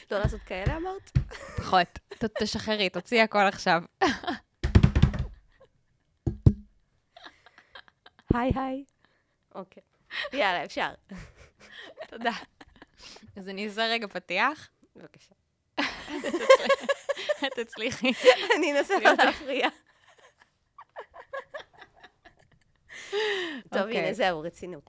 לא לעשות כאלה, אמרת? פחות. תשחררי, תוציאי הכל עכשיו. היי. אוקיי. יאללה, אפשר. תודה. אז אני אעשה רגע פתיח. בבקשה. את תצליחי. אני אנסה לא להפריע. טוב, הנה, זהו, רצינות.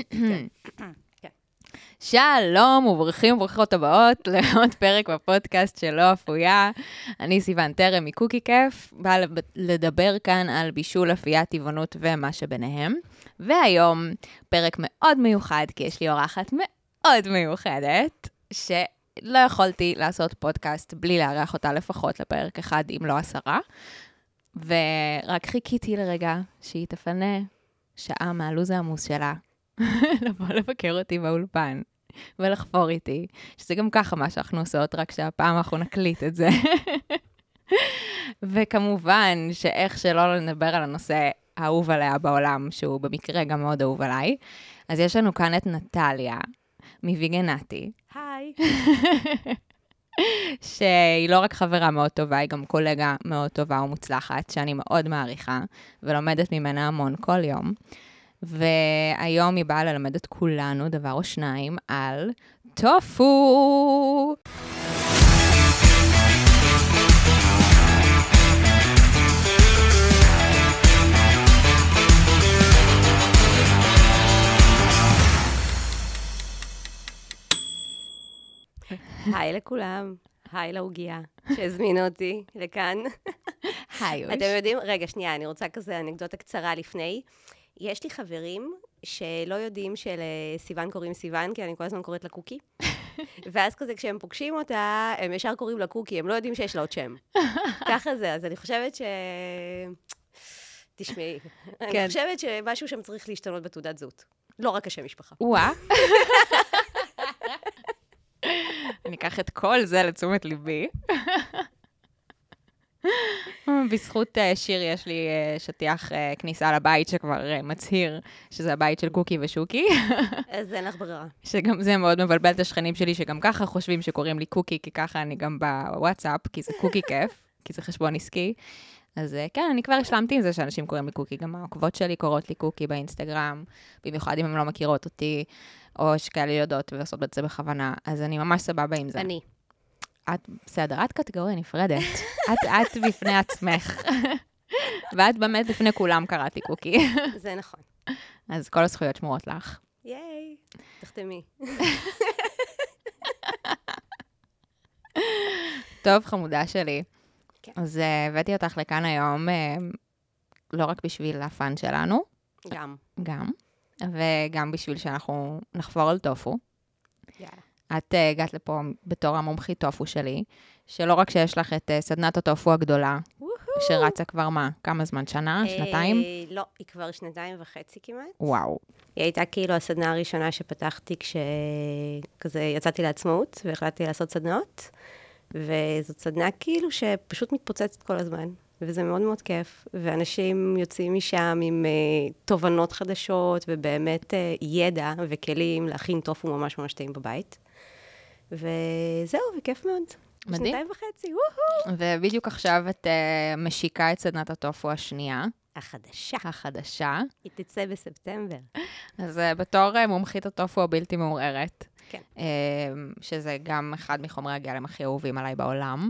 שלום וברוכים וברוכות הבאות לעוד פרק בפודקאסט של לא אפויה. אני סיוון תרם מקוקי כיף, באה לדבר כאן על בישול, אפייה, טבעונות ומה שביניהם. והיום פרק מאוד מיוחד, כי יש לי אורחת מאוד מיוחדת, שלא יכולתי לעשות פודקאסט בלי לארח אותה לפחות לפרק אחד, אם לא 10. ורק חיכיתי לרגע שהיא תפנה שעה מהלו"ז העמוס שלה, לבוא לבקר אותי באולפן. ולחפור איתי, שזה גם ככה מה שאנחנו עושות, רק שהפעם אנחנו נקליט את זה. וכמובן שאיך שלא נדבר על הנושא האהוב עליה בעולם, שהוא במקרה גם מאוד אהוב עליי, אז יש לנו כאן את נטליה, מוויגנטי. היי. שהיא לא רק חברה מאוד טובה, היא גם קולגה מאוד טובה ומוצלחת, שאני מאוד מעריכה, ולומדת ממנה המון כל יום. והיום היא באה ללמד את כולנו דבר או שניים על טופו. היי לכולם. היי לעוגיה שהזמינו אותי לכאן. היי אוש. אתם יודעים, רגע, שנייה, אני רוצה כזה אנקדוטה קצרה לפני. יש לי חברים שלא יודעים שלסיוון קוראים סיוון, כי אני כל הזמן קוראת לה קוקי. ואז כזה כשהם פוגשים אותה, הם ישר קוראים לה קוקי, הם לא יודעים שיש לה עוד שם. ככה זה, אז אני חושבת תשמעי, אני חושבת שמשהו שם צריך להשתנות בתעודת זהות. לא רק השם משפחה. וואה. אני אקח את כל זה לתשומת ליבי. בזכות שיר יש לי שטיח כניסה לבית שכבר מצהיר שזה הבית של קוקי ושוקי. אז אין לך ברירה. שגם זה מאוד מבלבל את השכנים שלי, שגם ככה חושבים שקוראים לי קוקי, כי ככה אני גם בוואטסאפ, כי זה קוקי כיף, כי זה חשבון עסקי. אז כן, אני כבר השלמתי עם זה שאנשים קוראים לי קוקי, גם העוקבות שלי קוראות לי קוקי באינסטגרם, במיוחד אם הן לא מכירות אותי, או שכאלה יודעות ועושות את זה בכוונה, אז אני ממש סבבה עם זה. אני. את, בסדר, את קטגוריה נפרדת. את בפני עצמך. ואת באמת בפני כולם קראתי קוקי. זה נכון. אז כל הזכויות שמורות לך. ייי, תחתמי. טוב, חמודה שלי. כן. אז הבאתי אותך לכאן היום, לא רק בשביל הפאן שלנו. גם. וגם בשביל שאנחנו נחפור על טופו. יאללה. את הגעת לפה בתור המומחית טופו שלי, שלא רק שיש לך את סדנת הטופו הגדולה, שרצה כבר מה? כמה זמן? שנה? שנתיים? לא, היא כבר 2.5 כמעט. וואו. היא הייתה כאילו הסדנה הראשונה שפתחתי כשכזה יצאתי לעצמאות והחלטתי לעשות סדנות, וזאת סדנה כאילו שפשוט מתפוצצת כל הזמן, וזה מאוד מאוד כיף, ואנשים יוצאים משם עם תובנות חדשות, ובאמת ידע וכלים להכין טופו ממש ממש טעים בבית. וזהו, וכיף מאוד. מדהים. 2.5, וואו. ובדיוק עכשיו את משיקה את סדנת הטופו השנייה. החדשה. היא תצא בספטמבר. אז בתור מומחית הטופו הבלתי מעורערת, כן. שזה גם אחד מחומרי הגלם הכי אהובים עליי בעולם,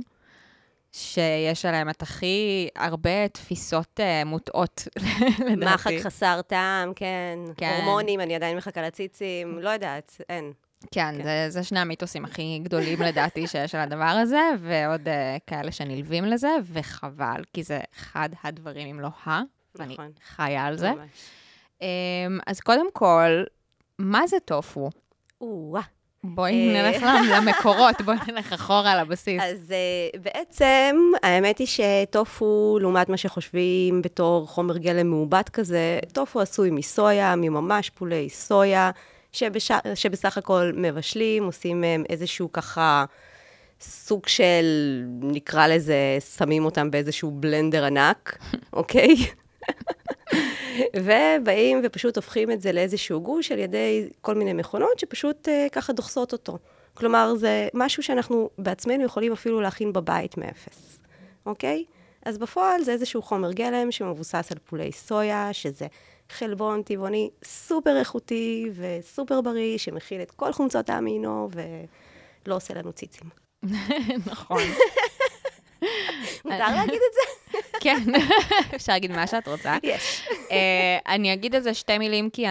שיש עליהם את הכי הרבה תפיסות מוטעות, לדעתי. מחק חסר טעם, כן. הורמונים, אני עדיין מחכה לציצים, לא יודעת, אין. כן, זה שני המיתוסים הכי גדולים לדעתי שיש על הדבר הזה, ועוד כאלה שנלווים לזה, וחבל, כי זה אחד הדברים אם לא ואני חיה על זה. אז קודם כל, מה זה טופו? בואי נלך למקורות, בואי נלך אחורה לבסיס. אז בעצם, האמת היא שטופו, לעומת מה שחושבים בתור חומר גלם מעובד כזה, טופו עשוי מסויה, מממש פולי סויה, שבסך הכל מבשלים, עושים מהם איזשהו ככה סוג של, נקרא לזה, שמים אותם באיזשהו בלנדר ענק, אוקיי? ובאים ופשוט הופכים את זה לאיזשהו גוש על ידי כל מיני מכונות שפשוט ככה דוחסות אותו. כלומר, זה משהו שאנחנו בעצמנו יכולים אפילו להכין בבית מאפס, אוקיי? אז בפועל זה איזשהו חומר גלם שמבוסס על פולי סויה, שזה חלבון טבעוני סופר איכותי וסופר בריא, שמכיל את כל חומצות האמינו ולא עושה לנו ציצים. נכון. מותר להגיד את זה? כן, אפשר להגיד מה שאת רוצה. יש. אני אגיד על זה שתי מילים, כי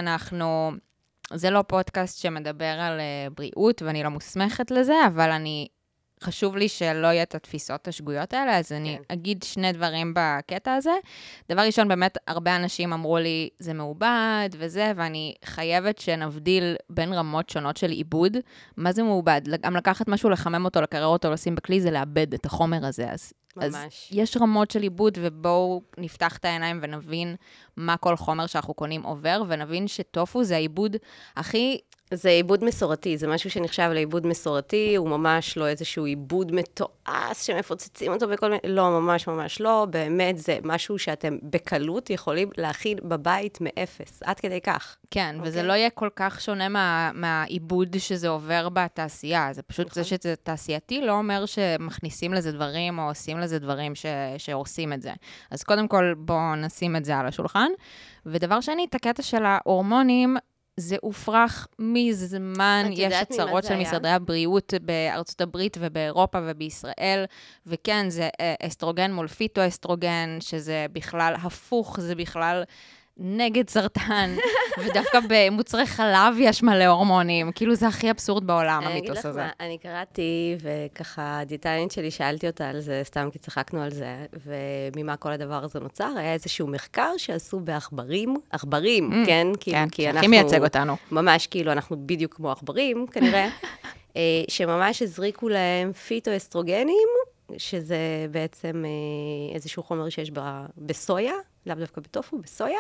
זה לא פודקאסט שמדבר על בריאות, ואני לא מוסמכת לזה, אבל חשוב לי שלא יהיה את התפיסות השגויות האלה, אז אני אגיד שני דברים בקטע הזה. דבר ראשון, באמת, הרבה אנשים אמרו לי, זה מעובד וזה, ואני חייבת שנבדיל בין רמות שונות של עיבוד. מה זה מעובד? גם לקחת משהו, לחמם אותו, לקרר אותו, לשים בכלי, זה לאבד את החומר הזה. אז יש רמות של עיבוד, ובואו נפתח את העיניים ונבין מה כל חומר שאנחנו קונים עובר, ונבין שטופו זה העיבוד הכי... זה עיבוד מסורתי, זה משהו שנחשב לעיבוד מסורתי, הוא ממש לא איזשהו עיבוד מתועש שמפוצצים אותו בכל מיני... לא, ממש ממש לא, באמת זה משהו שאתם בקלות יכולים להכין בבית מאפס, עד כדי כך. כן, וזה לא יהיה כל כך שונה מהעיבוד שזה עובר בתעשייה, זה פשוט זה שזה תעשייתי, לא אומר שמכניסים לזה דברים או עושים לזה דברים שעושים את זה. אז קודם כל בואו נשים את זה על השולחן, ודבר שני, את הקטע של ההורמונים, זה הופרח מזמן, יש הצהרות של משרדי הבריאות בארצות הברית ובאירופה ובישראל, וכן, זה אסטרוגן מול פיטואסטרוגן, שזה בכלל הפוך, זה בכלל נגד סרטן, ודווקא במוצרי חלב יש מלא הורמונים, כאילו זה הכי אבסורד בעולם, המיתוס הזה. אני קראתי, וככה הדיאטנית שלי שאלתי אותה על זה, סתם כי צחקנו על זה, וממה כל הדבר הזה נוצר, היה איזשהו מחקר שעשו בעכברים, כן? כן, הכי מייצג אותנו. ממש כאילו, אנחנו בדיוק כמו עכברים, כנראה, שממש הזריקו להם פיטואסטרוגנים, שזה בעצם איזשהו חומר שיש בסויה, לאו דווקא בטופו, בסויה,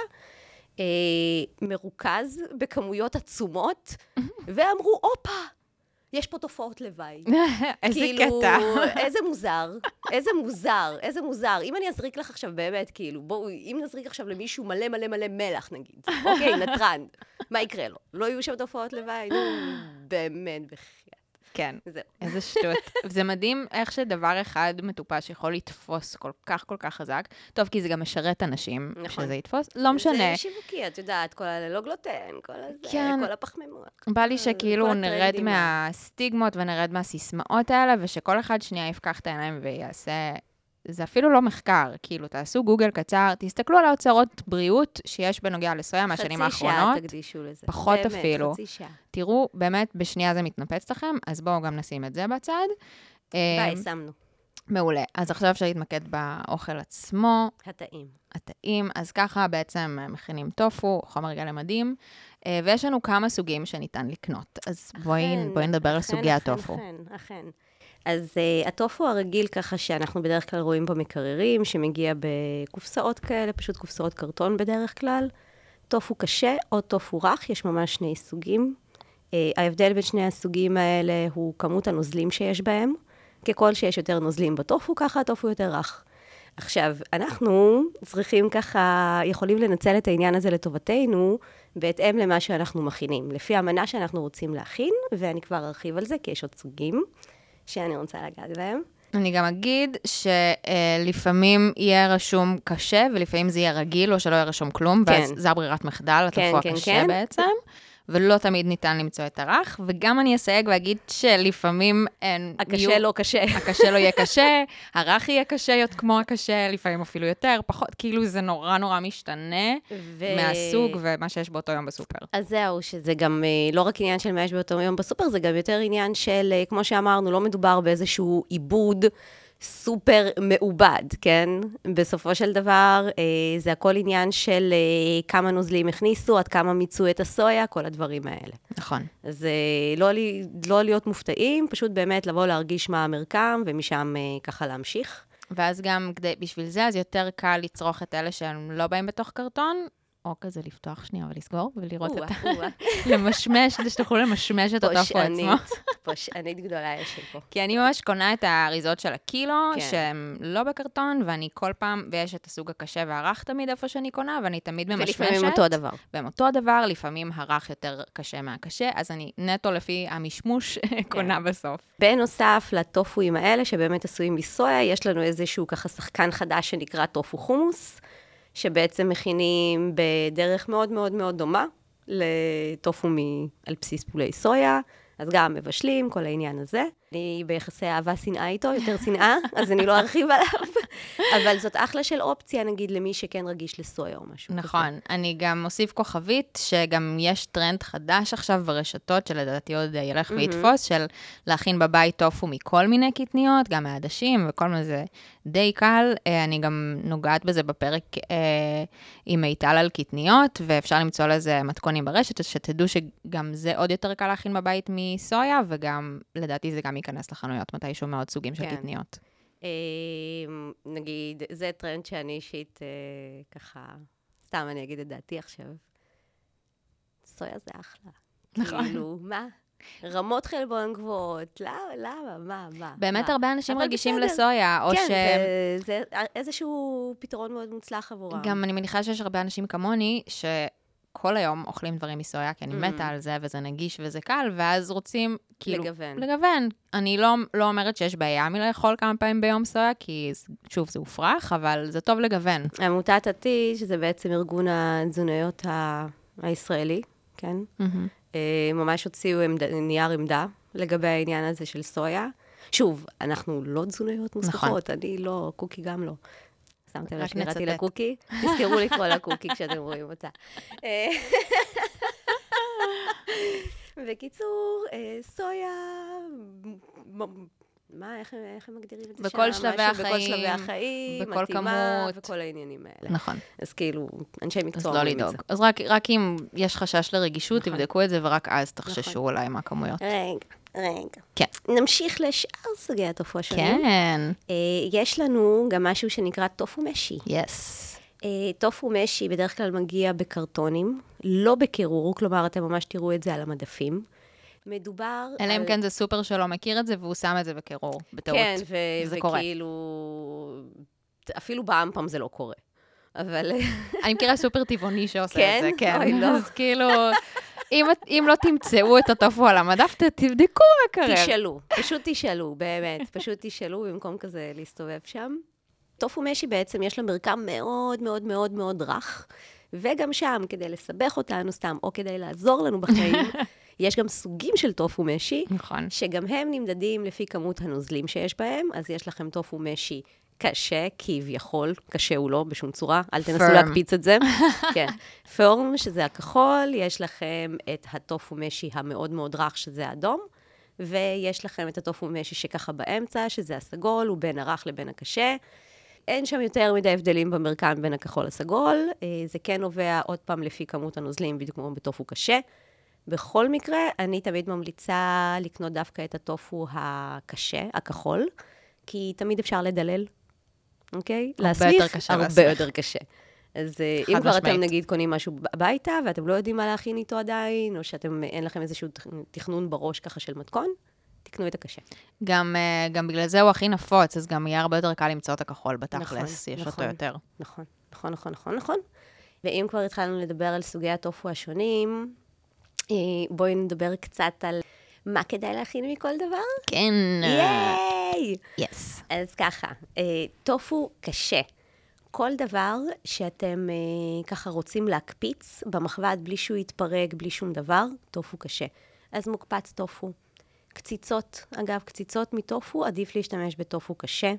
מרוכז בכמויות עצומות, ואמרו, אופה, יש פה תופעות לוואי. איזה כאילו, קטע. איזה מוזר. אם אני אזריק לך עכשיו באמת, כאילו, בואו, אם נזריק עכשיו למישהו מלא מלא מלא מלח, נגיד, אוקיי, נטרן, מה יקרה לו? לא יהיו שם תופעות לוואי? נו, באמת, בחייאת. כן, זהו. איזה שטות. זה מדהים איך שדבר אחד מטופש יכול לתפוס כל כך חזק. טוב, כי זה גם משרת אנשים שזה יתפוס. לא משנה. זה שיווקי, את יודעת, כל הלא גלוטן, כל הזה, כל הפחמימות. בא לי שכאילו נרד מהסטיגמות ונרד מהסיסמאות האלה, ושכל אחד שנייה יפקח את העיניים ויעשה... זה אפילו לא מחקר, כאילו, תעשו גוגל קצר, תסתכלו על ההוצאות בריאות שיש בנוגע לסויה מהשנים האחרונות. חצי שעה תקדישו לזה. פחות באמת, אפילו. חצי שעה. תראו, באמת, בשנייה זה מתנפץ לכם, אז בואו גם נשים את זה בצד. ביי, שמנו. מעולה. אז עכשיו אפשר להתמקד באוכל עצמו. הטעים. אז ככה בעצם מכינים טופו, חומר גלם מדהים, ויש לנו כמה סוגים שניתן לקנות. אז בואי נדבר על סוגי הטופו. אכן. אז הטופו הרגיל ככה שאנחנו בדרך כלל רואים במקררים, שמגיע בקופסאות כאלה, פשוט קופסאות קרטון בדרך כלל. טופו קשה או טופו רך, יש ממש שני סוגים. ההבדל בין שני הסוגים האלה הוא כמות הנוזלים שיש בהם. ככל שיש יותר נוזלים בטופו, ככה הטופו יותר רך. עכשיו, אנחנו צריכים ככה, יכולים לנצל את העניין הזה לטובתנו, בהתאם למה שאנחנו מכינים, לפי המנה שאנחנו רוצים להכין, ואני כבר ארחיב על זה, כי יש עוד סוגים שאני רוצה לגעת בהם. אני גם אגיד שלפעמים יהיה רשום קשה, ולפעמים זה יהיה רגיל, או שלא יהיה רשום כלום, ואז זה הברירת מחדל, הטופו הקשה בעצם. ולא תמיד ניתן למצוא את הרך, וגם אני אסייג ואגיד שלפעמים הקשה לא קשה. הקשה לא יהיה קשה, הרך יהיה קשה להיות כמו הקשה, לפעמים אפילו יותר, פחות, כאילו זה נורא משתנה מהסוג ומה שיש באותו יום בסופר. אז זהו, שזה גם לא רק עניין של מה יש באותו יום בסופר, זה גם יותר עניין של, כמו שאמרנו, לא מדובר באיזשהו עיבוד סופר מעובד, כן? בסופו של דבר, זה הכל עניין של כמה נוזלים הכניסו, עד כמה מיצו את הסויה, כל הדברים האלה. נכון. אז לא להיות מופתעים, פשוט באמת לבוא להרגיש מה המרקם, ומשם ככה להמשיך. ואז גם בשביל זה, אז יותר קל לצרוך את אלה שהם לא באים בתוך קרטון, או כזה לפתוח שנייה ולסגור, ולראות את למשמש, כדי שתוכלו למשמש את הטופו עצמו. פושענית גדולה יש לי פה. כי אני ממש קונה את האריזות של הקילו, כן. שהם לא בקרטון, ואני כל פעם, ויש את הסוג הקשה והרך תמיד איפה שאני קונה, ואני תמיד ממשמשת. ולפעמים אותו הדבר. והם אותו הדבר, לפעמים הרך יותר קשה מהקשה, אז אני נטו לפי המשמוש קונה בסוף. בנוסף לטופואים האלה, שבאמת עשויים מסויה, יש לנו איזשהו ככה שחקן חדש שנקרא טופו חומוס, שבעצם מכינים בדרך מאוד מאוד מאוד דומה לטופו על בסיס פולי סויה, אז גם מבשלים, כל העניין הזה. אני ביחסי אהבה שנאה איתו, יותר שנאה, אז אני לא ארחיב עליו. אבל זאת אחלה של אופציה, נגיד, למי שכן רגיש לסויה או משהו כזה. נכון. אני גם מוסיף כוכבית, שגם יש טרנד חדש עכשיו ברשתות, שלדעתי עוד ילך ויתפוס, של להכין בבית טופו מכל מיני קטניות, גם מהעדשים וכל מיני זה די קל. אני גם נוגעת בזה בפרק עם מיטל על קטניות, ואפשר למצוא לזה מתכונים ברשת, אז שתדעו שגם זה עוד יותר קל להכין בבית מסויה, וגם, לדעתי, זה גם ייכנס לחנויות מתישהו מאוד סוגים של קטניות. נגיד, זה טרנד שאני אישית ככה, סתם אני אגיד את דעתי עכשיו, סויה זה אחלה. נכון. כאילו, מה? רמות חלבון גבוהות, למה? מה? באמת הרבה אנשים אבל רגישים בסדר. לסויה, או כן, זה איזשהו פתרון מאוד מוצלח עבורם. גם אני מניחה שיש הרבה אנשים כמוני, כל היום אוכלים דברים מסויה, כי אני מתה על זה, וזה נגיש וזה קל, ואז רוצים כאילו לגוון. אני לא אומרת שיש בעיה מלאכול כמה פעמים ביום סויה, כי שוב, זה הופרך, אבל זה טוב לגוון. עמותת עתיד, שזה בעצם ארגון התזונאיות הישראלי, כן? ממש הוציאו נייר עמדה לגבי העניין הזה של סויה. שוב, אנחנו לא תזונאיות מוסמכות, אני לא, קוקי גם לא. שמתם לב שקראתי לקוקי? תזכרו לקרוא לקוקי כשאתם רואים אותה. בקיצור, סויה, מה, איך הם מגדירים את זה שם? בכל שלבי החיים. בכל שלבי החיים, בכל מתאימה, כמות. וכל העניינים האלה. נכון. אז כאילו, אנשי מקצוע אז לא לדאוג. אז רק אם יש חשש לרגישות, תבדקו את זה, ורק אז תחששו אולי מהכמויות. רגע. כן. נמשיך לשאר סוגי הטופו השונים. כן. יש לנו גם משהו שנקרא טופו משי. יס. טופו משי בדרך כלל מגיע בקרטונים, לא בקירור, כלומר, אתם ממש תראו את זה על המדפים. מדובר על... אלא אם כן זה סופר שלא מכיר את זה, והוא שם את זה בקירור, בטעות. כן, וכאילו... אפילו באמפם זה לא קורה. אבל... אני מכירה סופר טבעוני שעושה את זה, כן. אוי, לא. אז כאילו... אם לא תמצאו את הטופו על המדף, תבדקו מה קרה. תשאלו, פשוט תשאלו, באמת. פשוט תשאלו במקום כזה להסתובב שם. טופו משי בעצם יש לו מרקם מאוד מאוד מאוד מאוד רך, וגם שם, כדי לסבך אותנו סתם, או כדי לעזור לנו בחיים, יש גם סוגים של טופו משי, נכון. שגם הם נמדדים לפי כמות הנוזלים שיש בהם, אז יש לכם טופו משי קשה, כביכול, קשה הוא לא בשום צורה, אל תנסו להקפיץ את זה. כן. פורם, שזה הכחול, יש לכם את הטופו משי המאוד מאוד רך, שזה האדום, ויש לכם את הטופו משי שככה באמצע, שזה הסגול, הוא בין הרך לבין הקשה. אין שם יותר מדי הבדלים במרקם בין הכחול לסגול, זה כן נובע עוד פעם לפי כמות הנוזלים, בדיוק כמו בטופו קשה. בכל מקרה, אני תמיד ממליצה לקנות דווקא את הטופו הקשה, הכחול, כי תמיד אפשר לדלל, אוקיי? להסמיך, הרבה יותר קשה. אז אם כבר אתם נגיד קונים משהו הביתה, ואתם לא יודעים מה להכין איתו עדיין, או שאתם אין לכם איזשהו תכנון בראש ככה של מתכון, תקנו את הקשה. גם בגלל זה הוא הכי נפוץ, אז גם יהיה הרבה יותר קל למצוא את הכחול בתכלס, יש אותו יותר. נכון. ואם כבר התחלנו לדבר על סוגי הטופו השונים, בואי נדבר קצת על מה כדאי להכין מכל דבר. כן. ייי! יס. אז ככה, טופו קשה. כל דבר שאתם ככה רוצים להקפיץ במחבת בלי שהוא יתפרק, בלי שום דבר, טופו קשה. אז מוקפץ טופו. קציצות, אגב, קציצות מטופו, עדיף להשתמש בטופו קשה.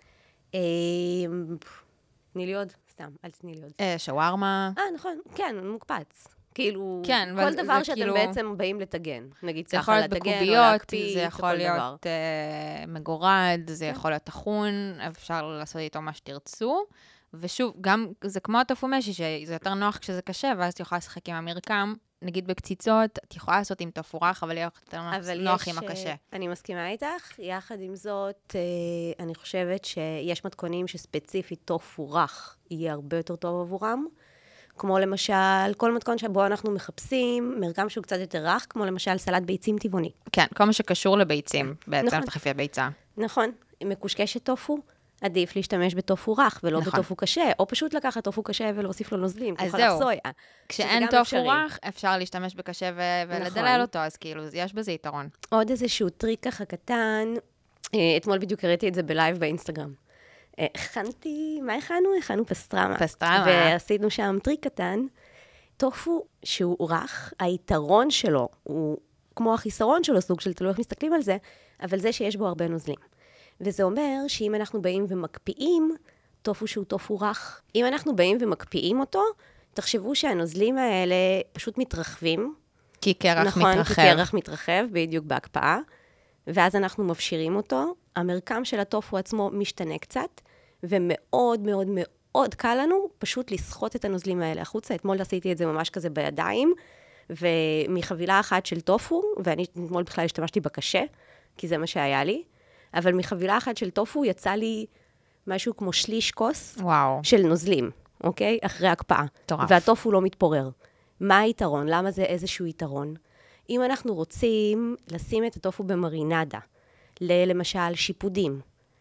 תני לי עוד, סתם, אל תתני לי עוד. שווארמה. נכון, כן, מוקפץ. כאילו, כן, כל דבר שאתם כאילו... בעצם באים לתגן. נגיד זה ככה, לתגן או להקפיץ, זה יכול להיות מגורד, זה יכול להיות טחון, אפשר לעשות איתו מה שתרצו. ושוב, גם זה כמו הטופו משי, שזה יותר נוח כשזה קשה, ואז את יכולה לשחק עם המרקם. נגיד בקציצות, את יכולה לעשות עם טופו רך, אבל יהיה יותר נוח עם הקשה. אני מסכימה איתך. יחד עם זאת, אני חושבת שיש מתכונים שספציפית טופו רך יהיה הרבה יותר טוב עבורם. כמו למשל, כל מתכון שבו אנחנו מחפשים מרקם שהוא קצת יותר רך, כמו למשל סלט ביצים טבעוני. כן, כל מה שקשור לביצים, בעצם נכון. תחליפי ביצה. נכון, מקושקשת טופו, עדיף להשתמש בטופו רך ולא נכון. בטופו קשה, או פשוט לקחת טופו קשה ולהוסיף לו נוזלים, כמו אז חלב זהו. סויה. כשאין טופו רך, אפשר להשתמש בקשה ולדלל אותו, אז כאילו, יש בזה יתרון. עוד איזשהו טריק ככה קטן, אתמול בדיוק הראיתי את זה בלייב באינסטגרם. מה הכנו? הכנו פסטרמה. פסטרמה. ועשינו שם טריק קטן. טופו שהוא רך, היתרון שלו הוא כמו החיסרון שלו, סוג של תלוי איך מסתכלים על זה, אבל זה שיש בו הרבה נוזלים. וזה אומר שאם אנחנו באים ומקפיאים טופו שהוא טופו רך, אם אנחנו באים ומקפיאים אותו, תחשבו שהנוזלים האלה פשוט מתרחבים. כי קרח נכון, מתרחב. כי קרח מתרחב, בדיוק בהקפאה, ואז אנחנו מבשירים אותו, המרקם של הטופו עצמו משתנה קצת, ומאוד מאוד מאוד קל לנו פשוט לסחוט את הנוזלים האלה החוצה. אתמול עשיתי את זה ממש כזה בידיים, ומחבילה אחת של טופו, ואני אתמול בכלל השתמשתי בקשה, כי זה מה שהיה לי, אבל מחבילה אחת של טופו יצא לי משהו כמו שליש כוס של נוזלים, אוקיי? אחרי הקפאה. טורף. והטופו לא מתפורר. מה היתרון? למה זה איזשהו יתרון? אם אנחנו רוצים לשים את הטופו במרינדה, למשל שיפודים,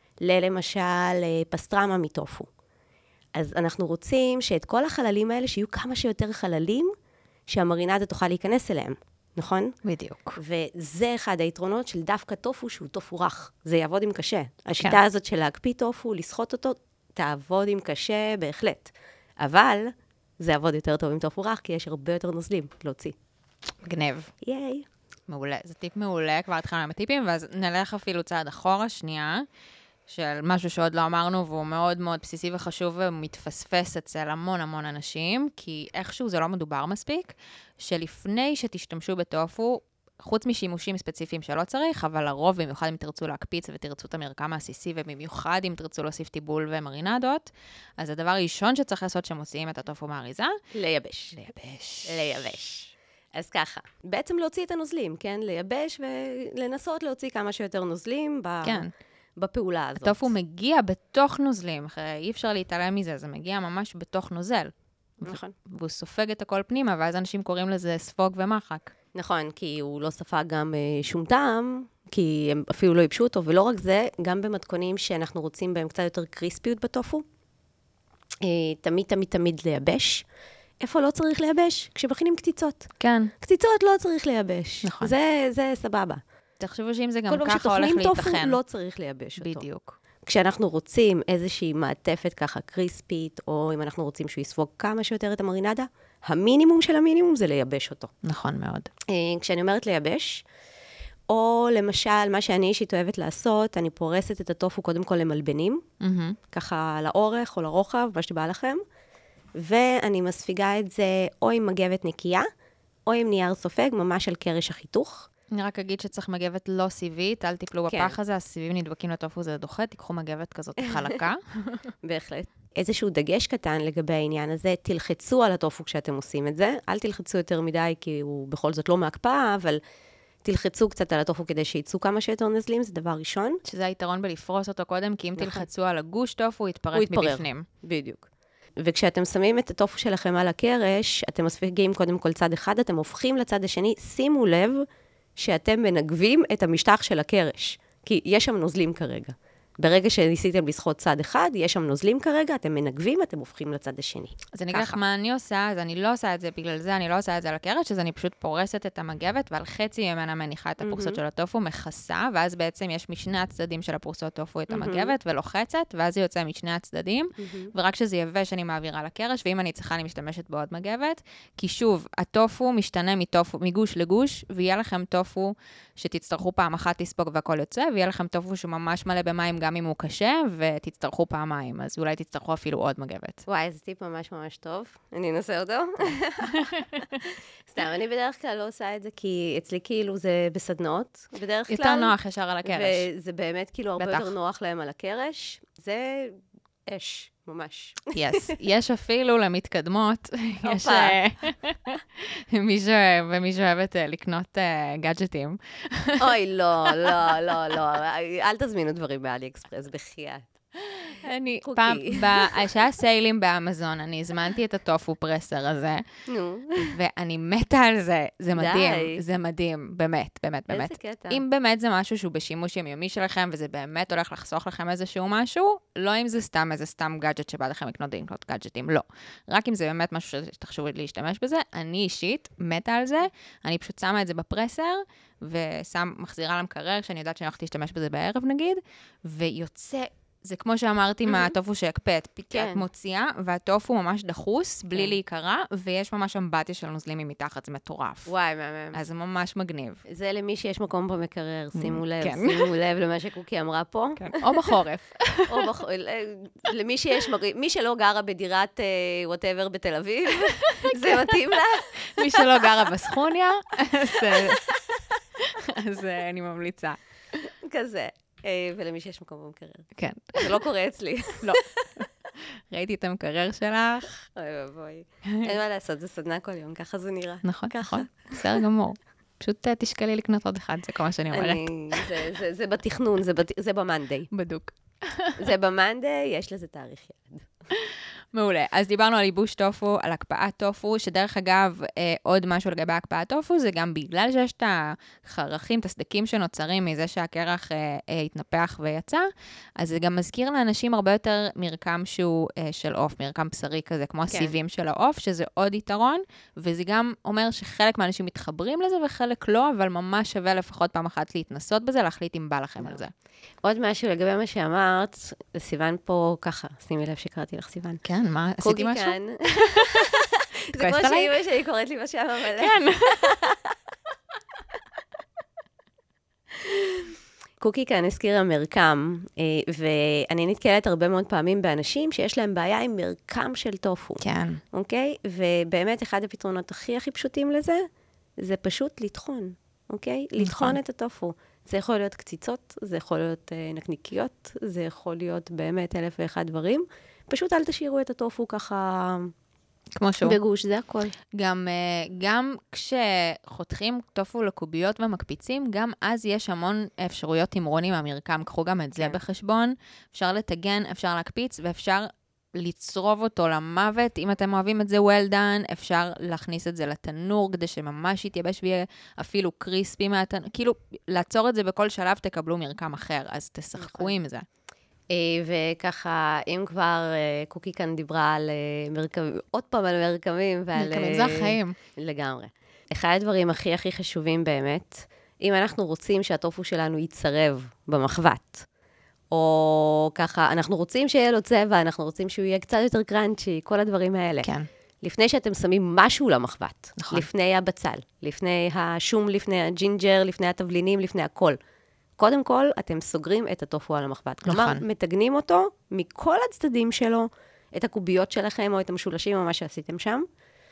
למשל פסטרמה מטופו, אז אנחנו רוצים שאת כל החללים האלה, שיהיו כמה שיותר חללים, שהמרינדה תוכל להיכנס אליהם, נכון? בדיוק. וזה אחד היתרונות של דווקא טופו, שהוא טופו רך. זה יעבוד עם קשה. השיטה הזאת של להקפיא טופו, לסחוט אותו, תעבוד עם קשה בהחלט. אבל זה יעבוד יותר טוב עם טופו רך, כי יש הרבה יותר נוזלים להוציא. מגניב. ייי. מעולה. זה טיפ מעולה, כבר התחלנו עם הטיפים, ואז נלך אפילו צעד אחורה שנייה, של משהו שעוד לא אמרנו, והוא מאוד מאוד בסיסי וחשוב, ומתפספס אצל המון המון אנשים, כי איכשהו זה לא מדובר מספיק, שלפני שתשתמשו בטופו, חוץ משימושים ספציפיים שלא צריך, אבל לרוב, במיוחד אם תרצו להקפיץ ותרצו את המרקם העסיסי, ובמיוחד אם תרצו להוסיף טיבול ומרינדות, אז הדבר הראשון שצריך לעשות שמוציאים את הטופו מהאריזה, לייבש. לייבש. אז ככה, בעצם להוציא את הנוזלים, כן? לייבש ולנסות להוציא כמה שיותר נוזלים כן. בפעולה הזאת. הטופו מגיע בתוך נוזלים, אי אפשר להתעלם מזה, זה מגיע ממש בתוך נוזל. נכון. והוא סופג את הכל פנימה, ואז אנשים קוראים לזה ספוג ומחק. נכון, כי הוא לא ספג גם שום טעם, כי הם אפילו לא ייבשו אותו, ולא רק זה, גם במתכונים שאנחנו רוצים בהם קצת יותר קריספיות בטופו, תמיד תמיד תמיד לייבש. איפה לא צריך לייבש? כשמכינים קציצות. כן. קציצות לא צריך לייבש. נכון. זה סבבה. תחשבו שאם זה גם כל ככה הולך שטוחנים להתאחן. טופו לא צריך לייבש אותו. בדיוק. כשאנחנו רוצים איזושהי מעטפת ככה קריספית, או אם אנחנו רוצים שהוא יספוג כמה שיותר את המרינדה, המינימום של המינימום זה לייבש אותו. נכון מאוד. כשאני אומרת לייבש, או למשל, מה שאני אישית אוהבת לעשות, אני פורסת את הטופו קודם כל למלבנים, ככה לאורך או לרוחב, מה שבא לכם, ואני מספיגה את זה או עם מגבת נקייה, או עם נייר סופג, ממש על קרש החיתוך. אני רק אגיד שצריך מגבת לא סיבית, אל תיפלו בפח הזה, הסיבים נדבקים לטופו, זה דוחה, תיקחו מגבת כזאת חלקה. בהחלט. איזשהו דגש קטן לגבי העניין הזה, תלחצו על הטופו כשאתם עושים את זה, אל תלחצו יותר מדי, כי הוא בכל זאת לא מהקפאה, אבל תלחצו קצת על הטופו כדי שיצאו כמה שיותר נזלים, זה דבר ראשון. שזה היתרון בלפרוס אותו קודם, כי אם תלחצו על הגוש טופו, הוא יתפרק מבפנים. בדיוק. וכשאתם שמים את הטופו שלכם על הקרש, אתם מספיגים קודם כל צד אחד, אתם הופכים לצד השני, שימו לב שאתם מנגבים את המשטח של הקרש, כי יש שם נוזלים כרגע. ברגע שניסיתם לסחוט צד אחד, יש שם נוזלים כרגע, אתם מנגבים, אתם הופכים לצד השני. אז אני אגיד לך מה אני עושה, אז אני לא עושה את זה בגלל זה, אני לא עושה את זה על הקרש, אז אני פשוט פורסת את המגבת, ועל חצי ממנה מניחה את הפרוסות של הטופו, מכסה, ואז בעצם יש משני הצדדים של הפרוסות טופו את המגבת, ולוחצת, ואז זה יוצא משני הצדדים, ורק שזה יבש אני מעבירה לקרש, ואם אני צריכה, אני משתמשת בעוד מגבת, כי שוב, הטופו משתנה מגוש לגוש, ויהיה לכם טופו שתצטרכו פעם אחת לספוג והכל יוצא, ויהיה לכם טופו שהוא ממש מלא במים גם אם הוא קשה, ותצטרכו פעמיים, אז אולי תצטרכו אפילו עוד מגבת. וואי, זה טיפ ממש ממש טוב. אני אנסה אותו. סתם, אני בדרך כלל לא עושה את זה, כי אצלי כאילו זה בסדנות, בדרך כלל. יותר נוח ישר על הקרש. וזה באמת כאילו הרבה יותר נוח להם על הקרש. זה אש, ממש. יש אפילו למתקדמות, יש מי שאוהבת לקנות גאדג'טים. אוי, לא, לא, לא, לא, אל תזמינו דברים באלי אקספרס, בחייאת. אני חוקי. פעם, שהיה סיילים באמזון, אני הזמנתי את הטופו פרסר הזה, נו. ואני מתה על זה, זה מדהים, די. זה מדהים, באמת, באמת, באמת. איזה קטע. אם באמת זה משהו שהוא בשימוש יומיומי שלכם, וזה באמת הולך לחסוך לכם איזשהו משהו, לא אם זה סתם איזה סתם גאדג'ט שבא לכם לקנות גאדג'טים, לא. רק אם זה באמת משהו שתחשבו להשתמש בזה, אני אישית מתה על זה, אני פשוט שמה את זה בפרסר, מחזירה למקרר, שאני יודעת שאני הולכת להשתמש בזה בערב נגיד, ויוצא, זה כמו שאמרתי מהטופו שהקפאת, כן. את מוציאה, והטופו ממש דחוס, בלי להיקרא, ויש ממש אמבטיה של נוזלים מתחת, זה מטורף. וואי, מהמם. אז זה ממש מגניב. זה למי שיש מקום במקרר, שימו לב, כן. שימו לב למה שקוקי אמרה פה. כן. או בחורף. או למי שיש, מי שלא גרה בדירת whatever בתל אביב, זה מתאים לה. מי שלא גרה בסכוניה, אז אני ממליצה. כזה. ולמי שיש מקום במקרר. כן. זה לא קורה אצלי. לא. ראיתי את המקרר שלך. אוי ואבוי. אין מה לעשות, זה סדנה כל יום, ככה זה נראה. נכון, נכון. בסדר גמור. פשוט תשקלי לקנות עוד אחד, זה כל מה שאני אומרת. זה בתכנון, זה במאנדיי. בדוק. זה במאנדיי, יש לזה תאריך יעד. מעולה. אז דיברנו על ייבוש טופו, על הקפאת טופו, שדרך אגב, עוד משהו לגבי הקפאת טופו, זה גם בגלל שיש את החרכים, את הסדקים שנוצרים מזה שהקרח התנפח ויצא, אז זה גם מזכיר לאנשים הרבה יותר מרקם שהוא של עוף, מרקם בשרי כזה, כמו הסיבים של העוף, שזה עוד יתרון, וזה גם אומר שחלק מהאנשים מתחברים לזה וחלק לא, אבל ממש שווה לפחות פעם אחת להתנסות בזה, להחליט אם בא לכם על זה. עוד משהו לגבי מה שאמרת, סיוון פה ככה, שימי לב שקראתי לך סיוון. כן, מה? עשיתי משהו? כאן. זה כמו שאימא שלי קוראת לי בשם המלא. כן. קוקי כאן הזכירה מרקם, ואני נתקלת הרבה מאוד פעמים באנשים שיש להם בעיה עם מרקם של טופו. כן. אוקיי? ובאמת אחד הפתרונות הכי פשוטים לזה, זה פשוט לטחון, אוקיי? לטחון את הטופו. זה יכול להיות קציצות, זה יכול להיות נקניקיות, זה יכול להיות באמת 1,001 דברים. פשוט אל תשאירו את הטופו ככה כמו שהוא. בגוש, זה הכל. גם כשחותכים טופו לקוביות ומקפיצים, גם אז יש המון אפשרויות תמרונים מהמרקם. קחו גם את זה בחשבון. אפשר לטגן, אפשר להקפיץ, ואפשר לצרוב אותו למוות. אם אתם אוהבים את זה well done, אפשר להכניס את זה לתנור, כדי שממש יתייבש ויהיה אפילו קריספי מהתנור. כאילו, לעצור את זה בכל שלב, תקבלו מרקם אחר, אז תשחקו עם זה. וככה, אם כבר קוקי כאן דיברה על מרקמים, עוד פעם על מרקמים ועל... מרקמים, זה החיים. לגמרי. אחד הדברים הכי חשובים באמת, אם אנחנו רוצים שהטופו שלנו יצרב במחבת, או ככה, אנחנו רוצים שיהיה לו צבע, אנחנו רוצים שהוא יהיה קצת יותר קראנצ'י, כל הדברים האלה. כן. לפני שאתם שמים משהו למחבת, נכון. לפני הבצל, לפני השום, לפני הג'ינג'ר, לפני התבלינים, לפני הכל. קודם כל, אתם סוגרים את הטופו על המחבת. כלומר, מתגנים אותו מכל הצדדים שלו, את הקוביות שלכם או את המשולשים או מה שעשיתם שם,